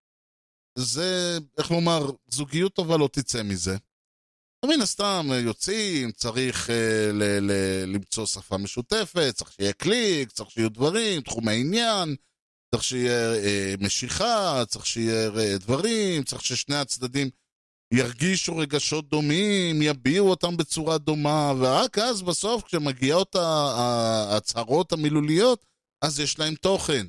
זה, איך לומר, זוגיות טובה לא תצא מזה. מן הסתם, יוצאים, צריך אה, ל- ל- למצוא שפה משותפת, צריך שיהיה קליק, צריך שיהיו דברים, תחומי עניין, צריך שיהיה אה, משיכה, צריך שיהיה אה, דברים, צריך ששני הצדדים ירגישו רגשות דומים, יביעו אותם בצורה דומה, ורק אז בסוף כשמגיעות ההצהרות המילוליות, אז יש להם תוכן.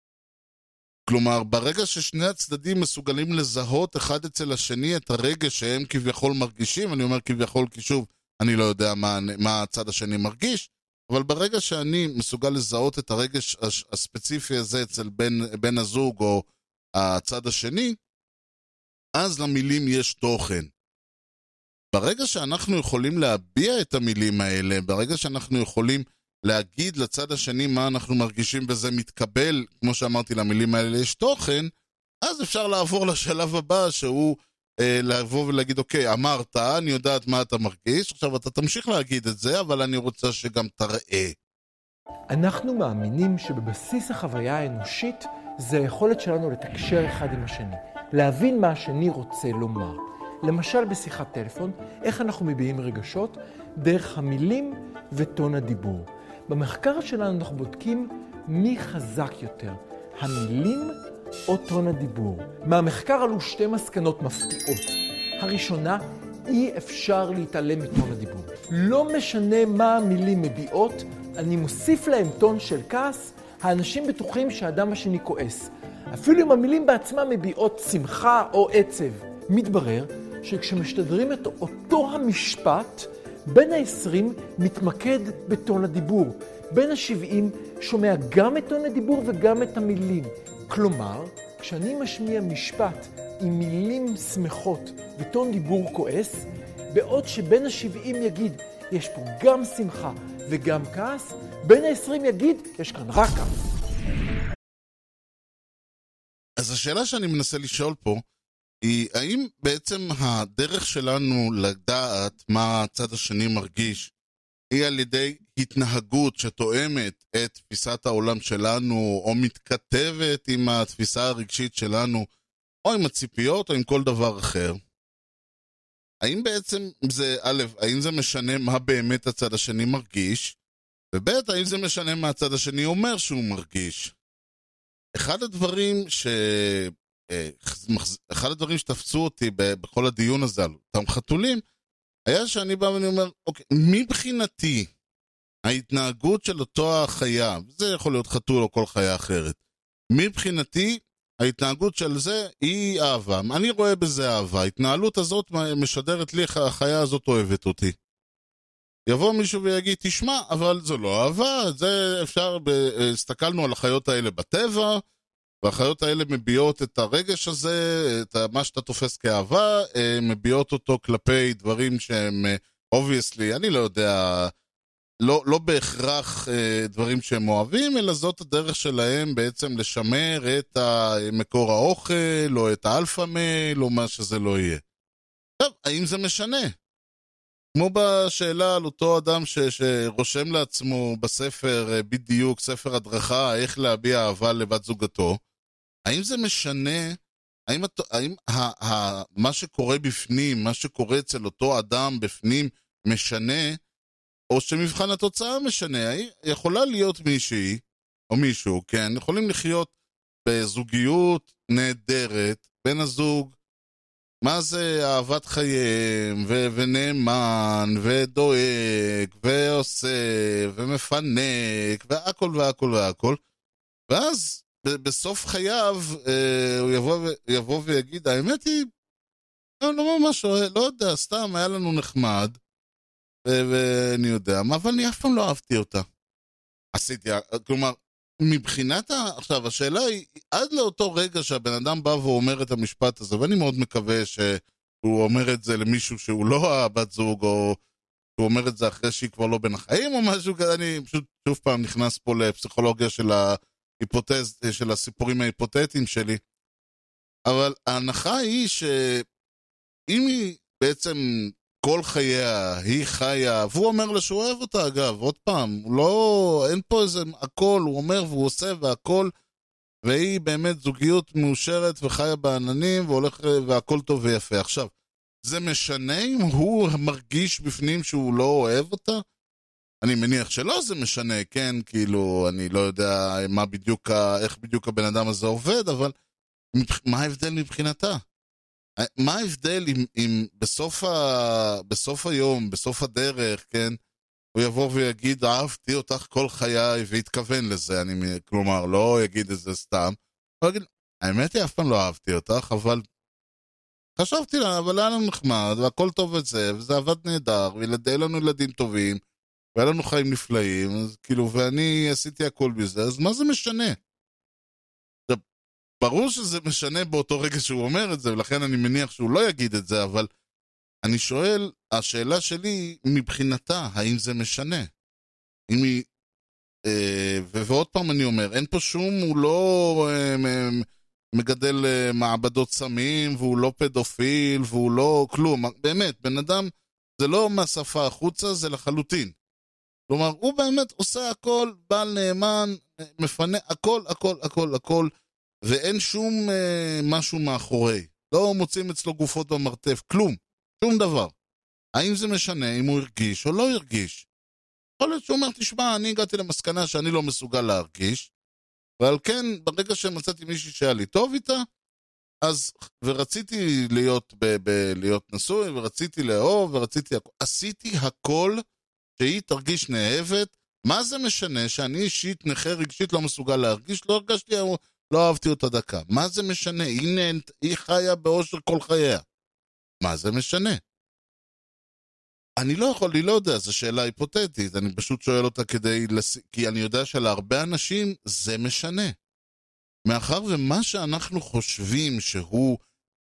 כלומר, ברגע ששני הצדדים מסוגלים לזהות אחד אצל השני את הרגש שהם כביכול מרגישים, אני אומר כביכול כי שוב, אני לא יודע מה, מה הצד השני מרגיש, אבל ברגע שאני מסוגל לזהות את הרגש הספציפי הזה אצל בן, בן הזוג או הצד השני, אז למילים יש תוכן. ברגע שאנחנו יכולים להביע את המילים האלה, ברגע שאנחנו יכולים להגיד לצד השני מה אנחנו מרגישים וזה מתקבל, כמו שאמרתי, למילים האלה יש תוכן, אז אפשר לעבור לשלב הבא שהוא אה, לבוא ולהגיד, אוקיי, אמרת, אני יודעת מה אתה מרגיש, עכשיו אתה תמשיך להגיד את זה, אבל אני רוצה שגם תראה. אנחנו מאמינים שבבסיס החוויה האנושית זה היכולת שלנו לתקשר אחד עם השני, להבין מה השני רוצה לומר. למשל בשיחת טלפון, איך אנחנו מביעים רגשות? דרך המילים וטון הדיבור. במחקר שלנו אנחנו בודקים מי חזק יותר, המילים או טון הדיבור. מהמחקר עלו שתי מסקנות מפתיעות. הראשונה, אי אפשר להתעלם מטון הדיבור. לא משנה מה המילים מביעות, אני מוסיף להם טון של כעס, האנשים בטוחים שהאדם השני כועס. אפילו אם המילים בעצמם מביעות שמחה או עצב. מתברר שכשמשתדרים את אותו המשפט, בין ה-עשרים מתמקד בטון הדיבור. בין ה-שבעים שומע גם את טון הדיבור וגם את המילים. כלומר, כשאני משמיע משפט עם מילים שמחות וטון דיבור כועס, בעוד שבין ה-שבעים יגיד, יש פה גם שמחה וגם כעס, בין ה-עשרים יגיד, יש כאן רק כעס. אז השאלה שאני מנסה לשאול פה, היא האם בעצם הדרך שלנו לדעת מה הצד השני מרגיש, היא על ידי התנהגות שתואמת את תפיסת העולם שלנו, או מתכתבת עם התפיסה הרגשית שלנו, או עם הציפיות, או עם כל דבר אחר. האם בעצם זה, א', האם זה משנה מה באמת הצד השני מרגיש, וב', האם זה משנה מה הצד השני אומר שהוא מרגיש. אחד הדברים ש... אחד הדברים שתפסו אותי בכל הדיון הזה על אותם חתולים, היה שאני בא ואני אומר, אוקיי, מבחינתי, ההתנהגות של אותו החיה, זה יכול להיות חתול או כל חיה אחרת, מבחינתי, ההתנהגות של זה היא אהבה. אני רואה בזה אהבה. ההתנהלות הזאת משדרת לי, החיה הזאת אוהבת אותי. יבוא מישהו ויגיד, תשמע, אבל זו לא אהבה, זה אפשר, הסתכלנו על החיות האלה בטבע, והחיות האלה מביעות את הרגש הזה, את מה שאתה תופס כאהבה, מביעות אותו כלפי דברים שהם, obviously, אני לא יודע, לא, לא בהכרח דברים שהם אוהבים, אלא זאת הדרך שלהם בעצם לשמר את מקור האוכל, או את האלפא מייל, או מה שזה לא יהיה. טוב, האם זה משנה? כמו בשאלה על אותו אדם ש, שרושם לעצמו בספר בדיוק, ספר הדרכה, איך להביע אהבה לבת זוגתו, האם זה משנה, האם, האם ה, ה, מה שקורה בפנים, מה שקורה אצל אותו אדם בפנים משנה, או שמבחן התוצאה משנה? יכולה להיות מישהי, או מישהו, כן, יכולים לחיות בזוגיות נהדרת, בין הזוג, מה זה אהבת חייהם, ו- ונאמן, ודואג, ועושה, ומפנק, והכל והכל והכל, ואז ב- בסוף חייו אה, הוא יבוא, ו- יבוא ויגיד, האמת היא, לא, לא ממש, לא יודע, סתם היה לנו נחמד, ו- ואני יודע, מה, אבל אני אף פעם לא אהבתי אותה. עשיתי, כלומר, מבחינת, עכשיו, השאלה היא, עד לאותו רגע שהבן אדם בא ואומר את המשפט הזה, ואני מאוד מקווה שהוא אומר את זה למישהו שהוא לא הבת זוג, או שהוא אומר את זה אחרי שהיא כבר לא בין החיים, או משהו כזה, אני פשוט שוב פעם נכנס פה לפסיכולוגיה של ההיפותז, של הסיפורים ההיפותטיים שלי. אבל ההנחה היא שאם היא בעצם כל חייה, היא חיה, והוא אומר לה שהוא אוהב אותה, אגב, עוד פעם, הוא לא, אין פה איזה הכל, הוא אומר והוא עושה והכל, והיא באמת זוגיות מאושרת וחיה בעננים, והולך, והכל טוב ויפה. עכשיו, זה משנה אם הוא מרגיש בפנים שהוא לא אוהב אותה? אני מניח שלא זה משנה, כן, כאילו, אני לא יודע מה בדיוק, איך בדיוק הבן אדם הזה עובד, אבל מה ההבדל מבחינתה? מה ההבדל אם, אם בסוף, ה... בסוף היום, בסוף הדרך, כן, הוא יבוא ויגיד, אהבתי אותך כל חיי, והתכוון לזה, אני, כלומר, לא יגיד את זה סתם, הוא יגיד, האמת היא, אף פעם לא אהבתי אותך, אבל חשבתי לה, אבל היה לנו נחמד, והכל טוב את זה, וזה עבד נהדר, וילדי לנו ילדים טובים, והיה לנו חיים נפלאים, אז כאילו, ואני עשיתי הכל בזה, אז מה זה משנה? ברור שזה משנה באותו רגע שהוא אומר את זה, ולכן אני מניח שהוא לא יגיד את זה, אבל אני שואל, השאלה שלי מבחינתה, האם זה משנה? אם היא, אה, ועוד פעם אני אומר, אין פה שום, הוא לא אה, מגדל אה, מעבדות סמים, והוא לא פדופיל, והוא לא כלום, באמת, בן אדם, זה לא מהשפה החוצה, זה לחלוטין. כלומר, הוא באמת עושה הכל, בעל נאמן, מפנה, הכל, הכל, הכל, הכל, ואין שום אה, משהו מאחורי. לא מוצאים אצלו גופות במרתף, כלום, שום דבר. האם זה משנה אם הוא הרגיש או לא הרגיש? יכול להיות שהוא אומר, תשמע, אני הגעתי למסקנה שאני לא מסוגל להרגיש, ועל כן, ברגע שמצאתי מישהי שהיה לי טוב איתה, אז, ורציתי להיות, ב, ב, להיות נשוי, ורציתי לאהוב, ורציתי, עשיתי הכל שהיא תרגיש נאהבת. מה זה משנה שאני אישית נכה רגשית לא מסוגל להרגיש? לא הרגשתי, לא אהבתי אותה דקה. מה זה משנה? היא, נהנת, היא חיה באושר כל חייה. מה זה משנה? אני לא יכול, אני לא יודע, זו שאלה היפותטית, אני פשוט שואל אותה כדי, לס... כי אני יודע שלהרבה אנשים זה משנה. מאחר ומה שאנחנו חושבים שהוא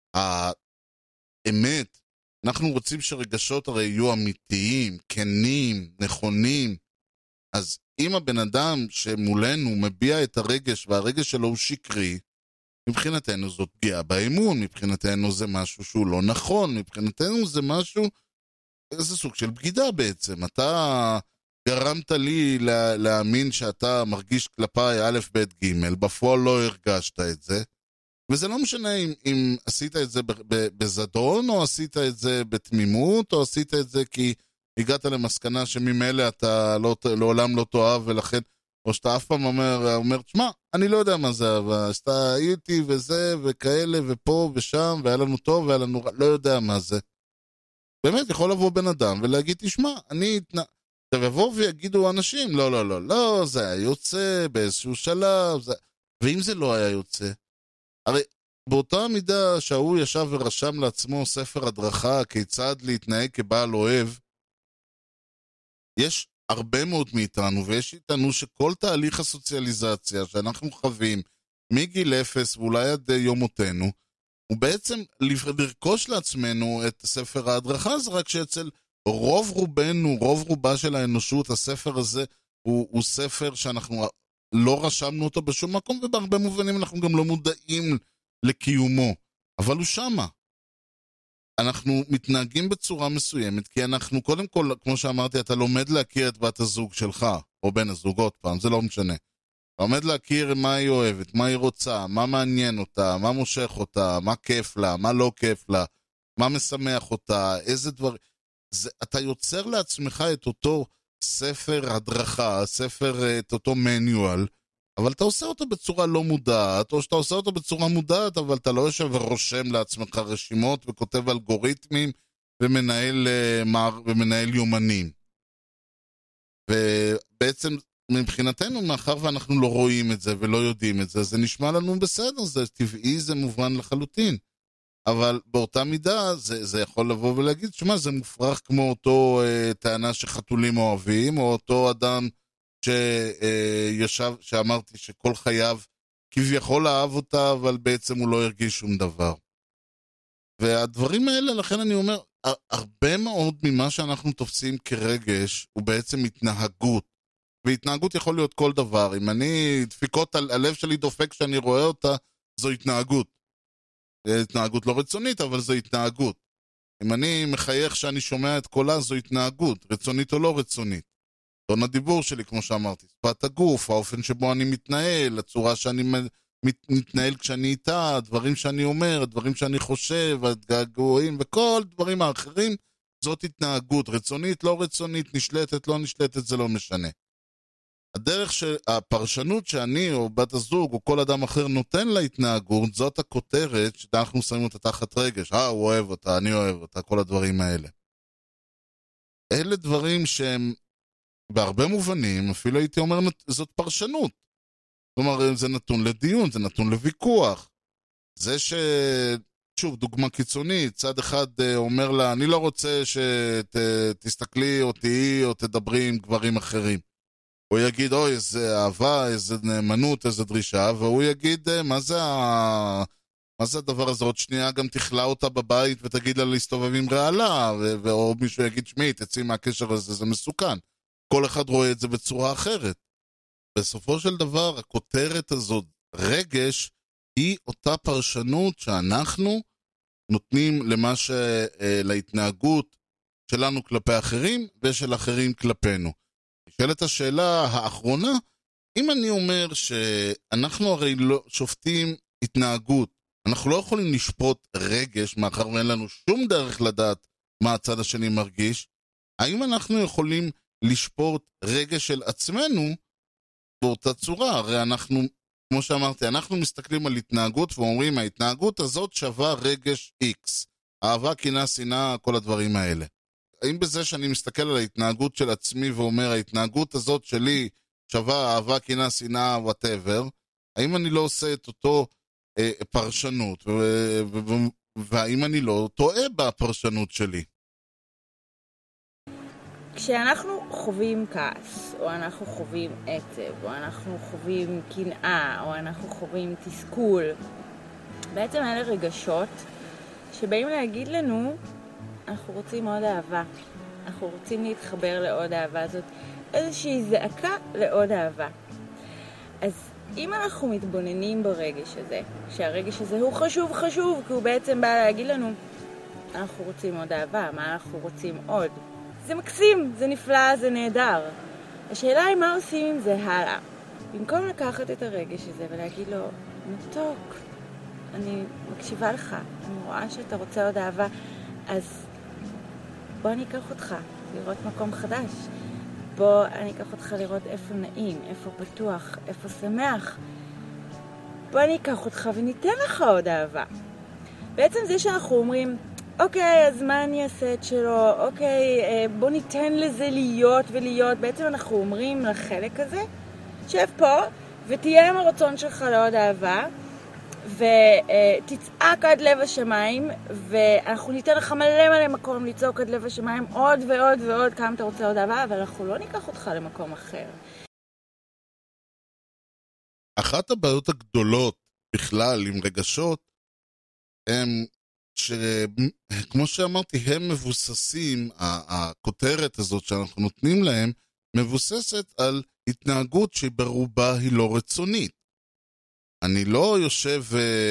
האמת, אנחנו רוצים שרגשות הרי יהיו אמיתיים, כנים, נכונים, אז אם הבן אדם שמולנו מביע את הרגש והרגש שלו הוא שקרי, מבחינתנו זאת פגיעה באמון, מבחינתנו זה משהו שהוא לא נכון, מבחינתנו זה משהו, זה סוג של בגידה בעצם. אתה גרמת לי לה, להאמין שאתה מרגיש כלפיי א' ב' ג', בפועל לא הרגשת את זה, וזה לא משנה אם, אם עשית את זה בזדון, או עשית את זה בתמימות, או עשית את זה כי הגעת למסקנה שממילא אתה לא, לעולם לא תאהב, ולכן, או שאתה אף פעם אומר, אומר, תשמע, אני לא יודע מה זה, אבל שאתה הייתי וזה, וכאלה, ופה ושם, והיה לנו טוב, והיה לנו, לא יודע מה זה. באמת יכול לבוא בן אדם ולהגיד, תשמע, אני התנא... עכשיו יבוא ויגידו אנשים, לא, לא, לא, לא, זה היה יוצא באיזשהו שלב, זה... ואם זה לא היה יוצא, הרי באותה מידה שהוא ישב ורשם לעצמו ספר הדרכה, כיצד להתנהג כבעל אוהב, יש הרבה מאוד מאיתנו, ויש איתנו שכל תהליך הסוציאליזציה שאנחנו חווים, מגיל אפס ואולי עד יום מותנו, הוא בעצם לרכוש לעצמנו את ספר ההדרכה, זה רק שאצל רוב רובנו, רוב רובה של האנושות, הספר הזה הוא, הוא ספר שאנחנו לא רשמנו אותו בשום מקום, ובהרבה מובנים אנחנו גם לא מודעים לקיומו, אבל הוא שמה. אנחנו מתנהגים בצורה מסוימת, כי אנחנו קודם כל, כמו שאמרתי, אתה לומד להכיר את בת הזוג שלך, או בן הזוג עוד פעם, זה לא משנה. אתה לומד להכיר מה היא אוהבת, מה היא רוצה, מה מעניין אותה, מה מושך אותה, מה כיף לה, מה לא כיף לה, מה משמח אותה, איזה דבר... זה, אתה יוצר לעצמך את אותו ספר הדרכה, ספר, את אותו מניואל, אבל אתה עושה אותו בצורה לא מודעת, או שאתה עושה אותו בצורה מודעת, אבל אתה לא יושב ורושם לעצמך רשימות, וכותב אלגוריתמים, ומנהל, ומנהל יומנים. ובעצם, מבחינתנו, מאחר ואנחנו לא רואים את זה, ולא יודעים את זה, זה נשמע לנו בסדר, זה טבעי, זה מובן לחלוטין. אבל באותה מידה, זה, זה יכול לבוא ולהגיד, שמה, זה מופרך כמו אותו אה, טענה שחתולים אוהבים, או אותו אדם שישב, שאמרתי שכל חייו כביכול אהב אותה, אבל בעצם הוא לא הרגיש שום דבר. והדברים האלה, לכן אני אומר, הרבה מאוד ממה שאנחנו תופסים כרגש, הוא בעצם התנהגות. והתנהגות יכול להיות כל דבר. אם אני, דפיקות, הלב שלי דופק כשאני רואה אותה, זו התנהגות. זו התנהגות לא רצונית, אבל זו התנהגות. אם אני מחייך שאני שומע את קולה, זו התנהגות, רצונית או לא רצונית. טון הדיבור שלי, כמו שאמרתי, שפת הגוף, האופן שבו אני מתנהל, הצורה שאני מתנהל כשאני איתה, הדברים שאני אומר, הדברים שאני חושב, הגעגועים, וכל דברים האחרים, זאת התנהגות, רצונית, לא רצונית, נשלטת, לא נשלטת, זה לא משנה. הדרך שהפרשנות שאני או בת הזוג או כל אדם אחר נותן להתנהגות, זאת הכותרת שאנחנו שמים אותה תחת רגש. אה, הוא אוהב אותה, אני אוהב אותה, כל הדברים האלה. אלה דברים שהם בהרבה מובנים, אפילו הייתי אומר, זאת פרשנות. כלומר, זה נתון לדיון, זה נתון לוויכוח. זה ש... שוב, דוגמה קיצונית, צד אחד אומר לה, אני לא רוצה שתסתכלי או תהיי או תדברי עם גברים אחרים. הוא יגיד, אוי, איזה אהבה, איזה נאמנות, איזה דרישה, והוא יגיד, מה זה, ה... מה זה הדבר הזה? עוד שנייה גם תכלה אותה בבית ותגיד לה להסתובב עם רעלה, ו... או מישהו יגיד, שמי, תצאי מהקשר הזה, זה מסוכן. כל אחד רואה את זה בצורה אחרת. בסופו של דבר, הכותרת הזאת, רגש, היא אותה פרשנות שאנחנו נותנים למה ש... להתנהגות שלנו כלפי אחרים, ושל אחרים כלפינו. נשאלת השאלה האחרונה, אם אני אומר שאנחנו הרי לא שופטים התנהגות. אנחנו לא יכולים לשפוט רגש, מאחר ואין לנו שום דרך לדעת מה הצד השני מרגיש. האם אנחנו יכולים לשפוט רגש של עצמנו באותה צורה? הרי אנחנו, כמו שאמרתי, אנחנו מסתכלים על התנהגות ואומרים, ההתנהגות הזאת שווה רגש X. אהבה, קנאה, שנאה, כל הדברים האלה. האם בזה שאני מסתכל על ההתנהגות של עצמי ואומר, ההתנהגות הזאת שלי שווה אהבה, קנאה, שנאה, whatever, האם אני לא עושה את אותו אה, פרשנות, ו- ו- ו- והאם אני לא טועה בפרשנות שלי? כשאנחנו חווים כעס, או אנחנו חווים עצב, או אנחנו חווים קנאה, או אנחנו חווים תסכול, בעצם אלה רגשות שבאים להגיד לנו, אנחנו רוצים עוד אהבה. אנחנו רוצים להתחבר לעוד אהבה. זאת איזושהי זעקה לעוד אהבה. אז אם אנחנו מתבוננים ברגש הזה, שהרגש הזה הוא חשוב חשוב, כי הוא בעצם בא להגיד לנו, אנחנו רוצים עוד אהבה, מה אנחנו רוצים עוד? זה מקסים, זה נפלא, זה נהדר. השאלה היא מה עושים עם זה הלאה. במקום לקחת את הרגש הזה ולהגיד לו, מתוק, אני מקשיבה לך, אני רואה שאתה רוצה עוד אהבה, אז בוא אני אקח אותך לראות מקום חדש. בוא אני אקח אותך לראות איפה נעים, איפה פתוח, איפה שמח. בוא אני אקח אותך וניתן לך עוד אהבה. בעצם זה שאנחנו אומרים, אוקיי, אז מה אני אעשה את שלו? אוקיי, בוא ניתן לזה להיות ולהיות. בעצם אנחנו אומרים לחלק הזה, שב פה ותהיה עם הרצון שלך לעוד אהבה, ותצעק עד לב השמיים, ואנחנו ניתן לך מלא מלא מקום לצעוק עד לב השמיים עוד ועוד ועוד כמה אתה רוצה עוד אהבה, אבל אנחנו לא ניקח אותך למקום אחר. אחת הבעיות הגדולות בכלל עם רגשות הם שכמו שאמרתי, הם מבוססים, הכותרת הזאת שאנחנו נותנים להם מבוססת על התנהגות שברובה היא לא רצונית. אני לא יושב,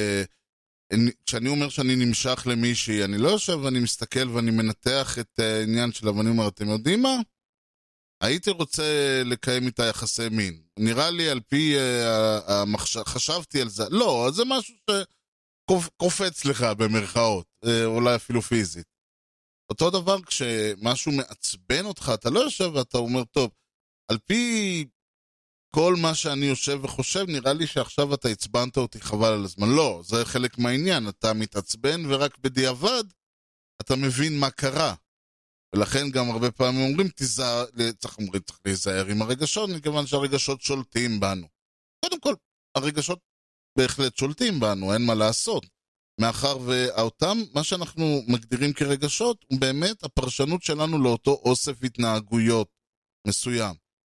כשאני אומר שאני נמשך למישהי, אני לא יושב ואני מסתכל ואני מנתח את העניין שלה, ואני אומר, אתם יודעים מה? הייתי רוצה לקיים איתה יחסי מין. נראה לי על פי המחשב, חשבתי על זה. לא, זה משהו שקופץ לך במרכאות, אולי אפילו פיזית. אותו דבר כשמשהו מעצבן אותך, אתה לא יושב ואתה אומר, טוב, על פי כל מה שאני יושב וחושב, נראה לי שעכשיו אתה הצבנת אותי חבל על הזמן. לא, זה חלק מהעניין, אתה מתעצבן ורק בדיעבד אתה מבין מה קרה. ולכן גם הרבה פעמים אומרים, תיזהר, צריך, אומרים, צריך להיזהר עם הרגשות, מכיוון שהרגשות שולטים בנו. קודם כל, הרגשות בהחלט שולטים בנו, אין מה לעשות. מאחר ואותם, מה שאנחנו מגדירים כרגשות, הוא באמת הפרשנות שלנו לאותו אוסף התנהגויות מסוים.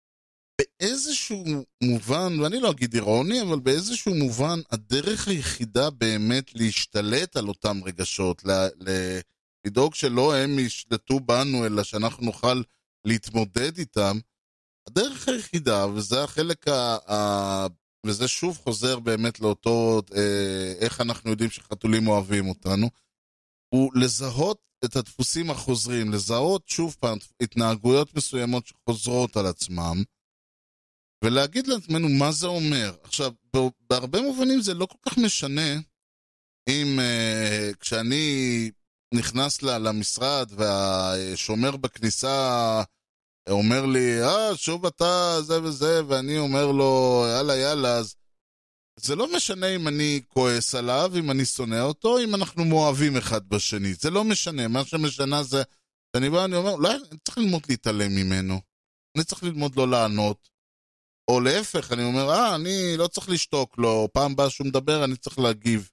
באיזשהו מובן, ואני לא אגיד אירוני, אבל באיזשהו מובן, הדרך היחידה באמת להשתלט על אותם רגשות, ל- ל- לדאוג שלא הם ישלטו בנו, אלא שאנחנו נוכל להתמודד איתם, הדרך היחידה, וזה החלק ה... ה- וזה שוב חוזר באמת לאותו, אה, איך אנחנו יודעים שחתולים אוהבים אותנו, הוא לזהות את הדפוסים החוזרים, לזהות שוב פעם התנהגויות מסוימות שחוזרות על עצמם, ולהגיד לעצמנו מה זה אומר. עכשיו, בהרבה מובנים זה לא כל כך משנה אם uh, כשאני נכנס לה, למשרד והשומר בכניסה אומר לי, אה, שוב אתה זה וזה, ואני אומר לו, יאללה יאללה, אז זה לא משנה אם אני כועס עליו, אם אני שונא אותו, אם אנחנו מואבים אחד בשני. זה לא משנה, מה שמשנה זה, שאני בא, אני אומר, לא, אני צריך ללמוד להתעלם ממנו. אני צריך ללמוד לא לענות. או להפך, אני אומר, אה, אני לא צריך לשתוק לו, פעם באה שהוא מדבר, אני צריך להגיב.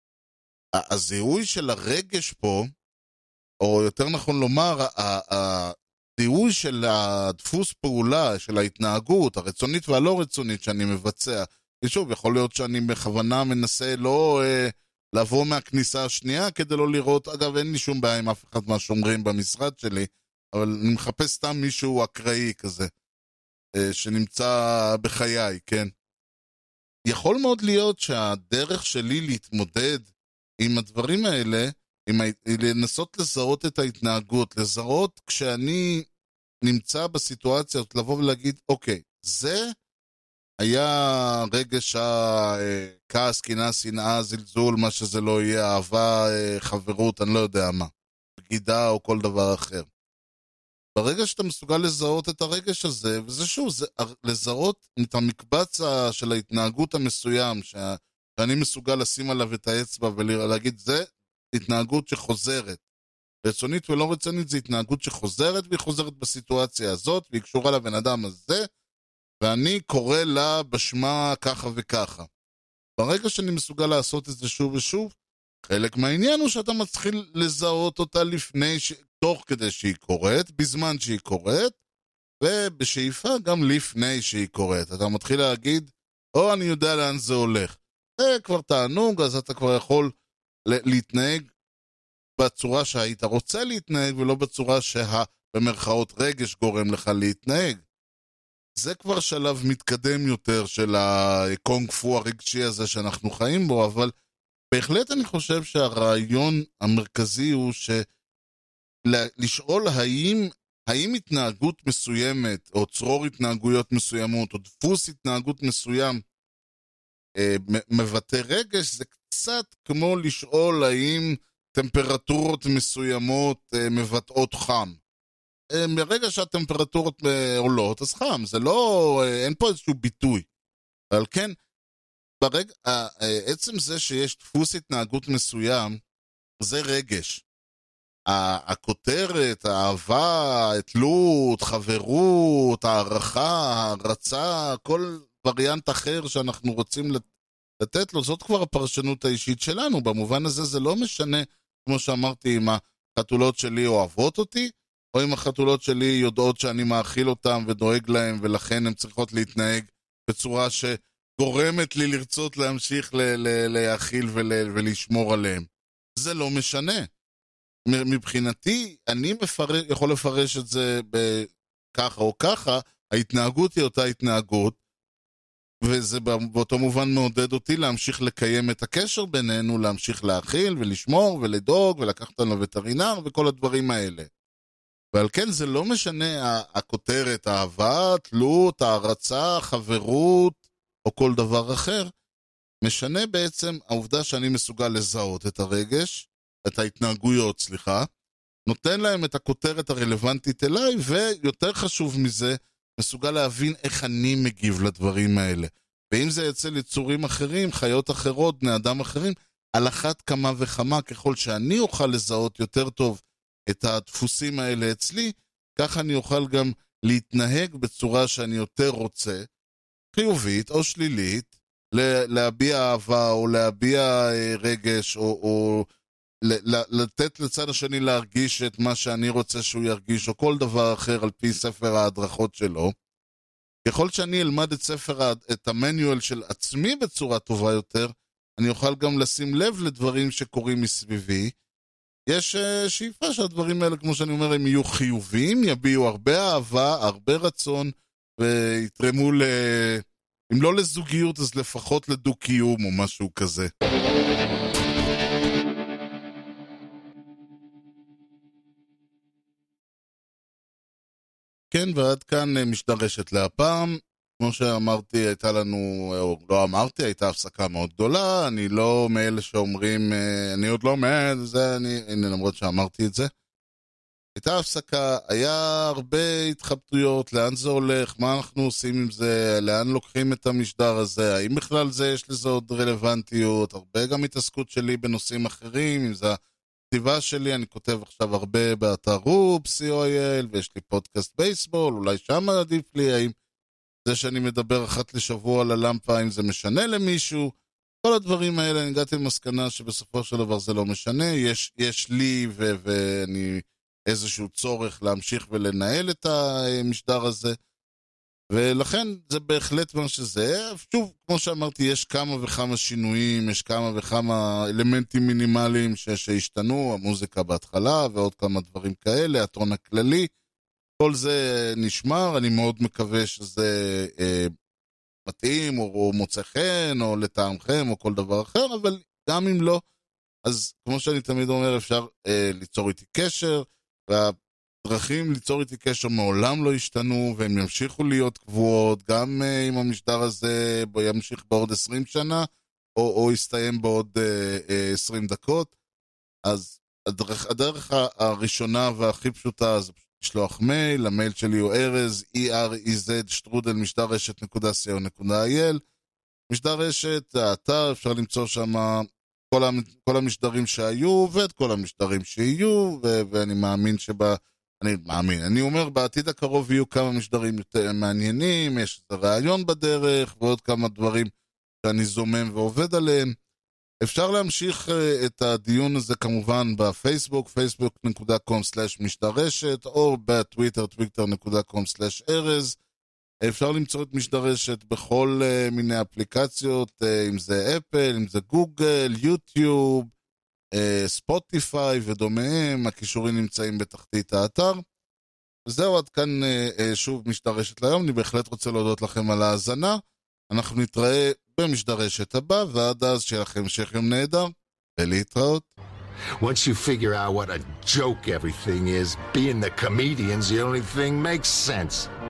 הזיהוי של הרגש פה, או יותר נכון לומר, הזיהוי של הדפוס פעולה, של ההתנהגות, הרצונית והלא רצונית שאני מבצע, שוב, יכול להיות שאני בכוונה מנסה לא אה, לבוא מהכניסה השנייה, כדי לא לראות, אגב, אין לי שום בעיה עם אף אחד מהשומרים במשרד שלי, אבל אני מחפש סתם מישהו אקראי כזה. שנמצא בחיי, כן? יכול מאוד להיות שהדרך שלי להתמודד עם הדברים האלה, עם ה... לנסות לזהות את ההתנהגות, לזהות כשאני נמצא בסיטואציה, לבוא ולהגיד, אוקיי, זה היה רגש הכעס, קנאה, שנאה, זלזול, מה שזה לא יהיה, אהבה, חברות, אני לא יודע מה, בגידה או כל דבר אחר. ברגע שאתה מסוגל לזהות את הרגש הזה, וזה שוב, זה, לזהות את המקבץ של ההתנהגות המסוים, שה, שאני מסוגל לשים עליו את האצבע ולהגיד, זה התנהגות שחוזרת. רצונית ולא רצונית זה התנהגות שחוזרת, והיא חוזרת בסיטואציה הזאת, והיא קשורה לבן אדם הזה, ואני קורא לה בשמה ככה וככה. ברגע שאני מסוגל לעשות את זה שוב ושוב, חלק מהעניין הוא שאתה מתחיל לזהות אותה לפני, ש... תוך כדי שהיא קורית, בזמן שהיא קורית, ובשאיפה גם לפני שהיא קורית. אתה מתחיל להגיד, או אני יודע לאן זה הולך. זה כבר תענוג, אז אתה כבר יכול להתנהג בצורה שהיית רוצה להתנהג, ולא בצורה שה, במרכאות רגש גורם לך להתנהג. זה כבר שלב מתקדם יותר של הקונג פו הרגשי הזה שאנחנו חיים בו, אבל בהחלט אני חושב שהרעיון המרכזי הוא שלשאול האם, האם התנהגות מסוימת, או צרור התנהגויות מסוימות, או דפוס התנהגות מסוים, מבטא רגש, זה קצת כמו לשאול האם טמפרטורות מסוימות מבטאות חם. מרגע שהטמפרטורות עולות, אז חם, זה לא, אין פה איזשהו ביטוי. אבל כן, ברגע, עצם זה שיש דפוס התנהגות מסוים, זה רגש. הכותרת, האהבה, התלות, חברות, הערכה, הערצה, כל וריאנט אחר שאנחנו רוצים לתת לו, זאת כבר הפרשנות האישית שלנו. במובן הזה זה לא משנה, כמו שאמרתי, אם החתולות שלי אוהבות אותי, או אם החתולות שלי יודעות שאני מאכיל אותם ודואג להם, ולכן הן צריכות להתנהג בצורה שגורמת לי לרצות להמשיך ל- ל- להאכיל ול- ולשמור עליהם. זה לא משנה. מבחינתי, אני מפרש, יכול לפרש את זה ככה או ככה, ההתנהגות היא אותה התנהגות, וזה באותו מובן מעודד אותי להמשיך לקיים את הקשר בינינו, להמשיך להאכיל ולשמור ולדאוג ולקחת לנו וטרינר וכל הדברים האלה. ועל כן זה לא משנה הכותרת, האהבה, תלות, הערצה, חברות או כל דבר אחר. משנה בעצם העובדה שאני מסוגל לזהות את הרגש, את ההתנהגויות, סליחה, נותן להם את הכותרת הרלוונטית אליי, ויותר חשוב מזה, מסוגל להבין איך אני מגיב לדברים האלה. ואם זה יצא ליצורים אחרים, חיות אחרות, בני אדם אחרים, על אחת כמה וכמה, ככל שאני אוכל לזהות יותר טוב את הדפוסים האלה אצלי, כך אני אוכל גם להתנהג בצורה שאני יותר רוצה, חיובית או שלילית, להביע אהבה או להביע רגש, או, או לתת לצד השני להרגיש את מה שאני רוצה שהוא ירגיש, או כל דבר אחר על פי ספר ההדרכות שלו. ככל שאני אלמד את ספר, את המניואל של עצמי בצורה טובה יותר, אני אוכל גם לשים לב לדברים שקורים מסביבי. יש שאיפה שהדברים האלה, כמו שאני אומר, הם יהיו חיוביים, יביעו הרבה אהבה, הרבה רצון, ויתרמו ל... אם לא לזוגיות, אז לפחות לדו-קיום או משהו כזה. כן, ועד כאן משדרשת להפעם. כמו שאמרתי, הייתה לנו, או לא אמרתי, הייתה הפסקה מאוד גדולה. אני לא מאלה שאומרים, אני עוד לא מעד, זה אני, הנה למרות שאמרתי את זה. הייתה הפסקה, היה הרבה התחבטויות, לאן זה הולך, מה אנחנו עושים עם זה, לאן לוקחים את המשדר הזה, האם בכלל זה יש לזה עוד רלוונטיות, הרבה גם התעסקות שלי בנושאים אחרים, אם זה הכתיבה שלי, אני כותב עכשיו הרבה באתר רוב, סי או איי אל, ויש לי פודקאסט בייסבול, אולי שם עדיף לי, האם זה שאני מדבר אחת לשבוע על הלמפה, האם זה משנה למישהו, כל הדברים האלה, אני הגעתי למסקנה שבסופו של דבר זה לא משנה, יש, יש לי ו- ואני... איזשהו צורך להמשיך ולנהל את המשדר הזה, ולכן זה בהחלט מה שזה. שוב, כמו שאמרתי, יש כמה וכמה שינויים, יש כמה וכמה אלמנטים מינימליים ש- שהשתנו, המוזיקה בהתחלה ועוד כמה דברים כאלה, הטון הכללי, כל זה נשמר, אני מאוד מקווה שזה אה, מתאים או, או מוצא חן או לטעמכם או כל דבר אחר, אבל גם אם לא, אז כמו שאני תמיד אומר, אפשר אה, ליצור איתי קשר, הדרכים ליצור איתי קשר מעולם לא השתנו, והם ימשיכו להיות קבועות, גם uh, אם המשדר הזה בו ימשיך בעוד עשרים שנה, או, או יסתיים בעוד uh, uh, עשרים דקות. אז הדרך, הדרך הראשונה והכי פשוטה זה לשלוח מייל, המייל שלי הוא ארז, E-R-E-Z, שטרודל, משדר רשת נקודה סי או נקודה איי אל. משדר רשת, האתר, אפשר למצוא שם כל, כל המשדרים שהיו, ואת כל המשדרים שיהיו, ו- ואני מאמין שבה, אני מאמין, אני אומר, בעתיד הקרוב יהיו כמה משדרים יותר מעניינים, יש איזה רעיון בדרך, ועוד כמה דברים שאני זומם ועובד עליהם. אפשר להמשיך uh, את הדיון הזה כמובן בפייסבוק, פייסבוק נקודה קום סלש משדר רשת, או בטוויטר, טוויטר נקודה קום סלש ארז. אפשר למצוא את משדר רשת בכל uh, מיני אפליקציות, uh, אם זה אפל, אם זה גוגל, יוטיוב, uh, ספוטיפיי ודומיהם, הכישורים נמצאים בתחתית האתר. וזהו, עד כאן uh, uh, שוב משדר רשת להיום, אני בהחלט רוצה להודות לכם על ההאזנה. אנחנו נתראה במשדר רשת הבא, ועד אז שיהיה לכם המשך יום נהדר, ולהתראות. Once you figure out what a joke everything is, being the comedian's the only thing makes sense.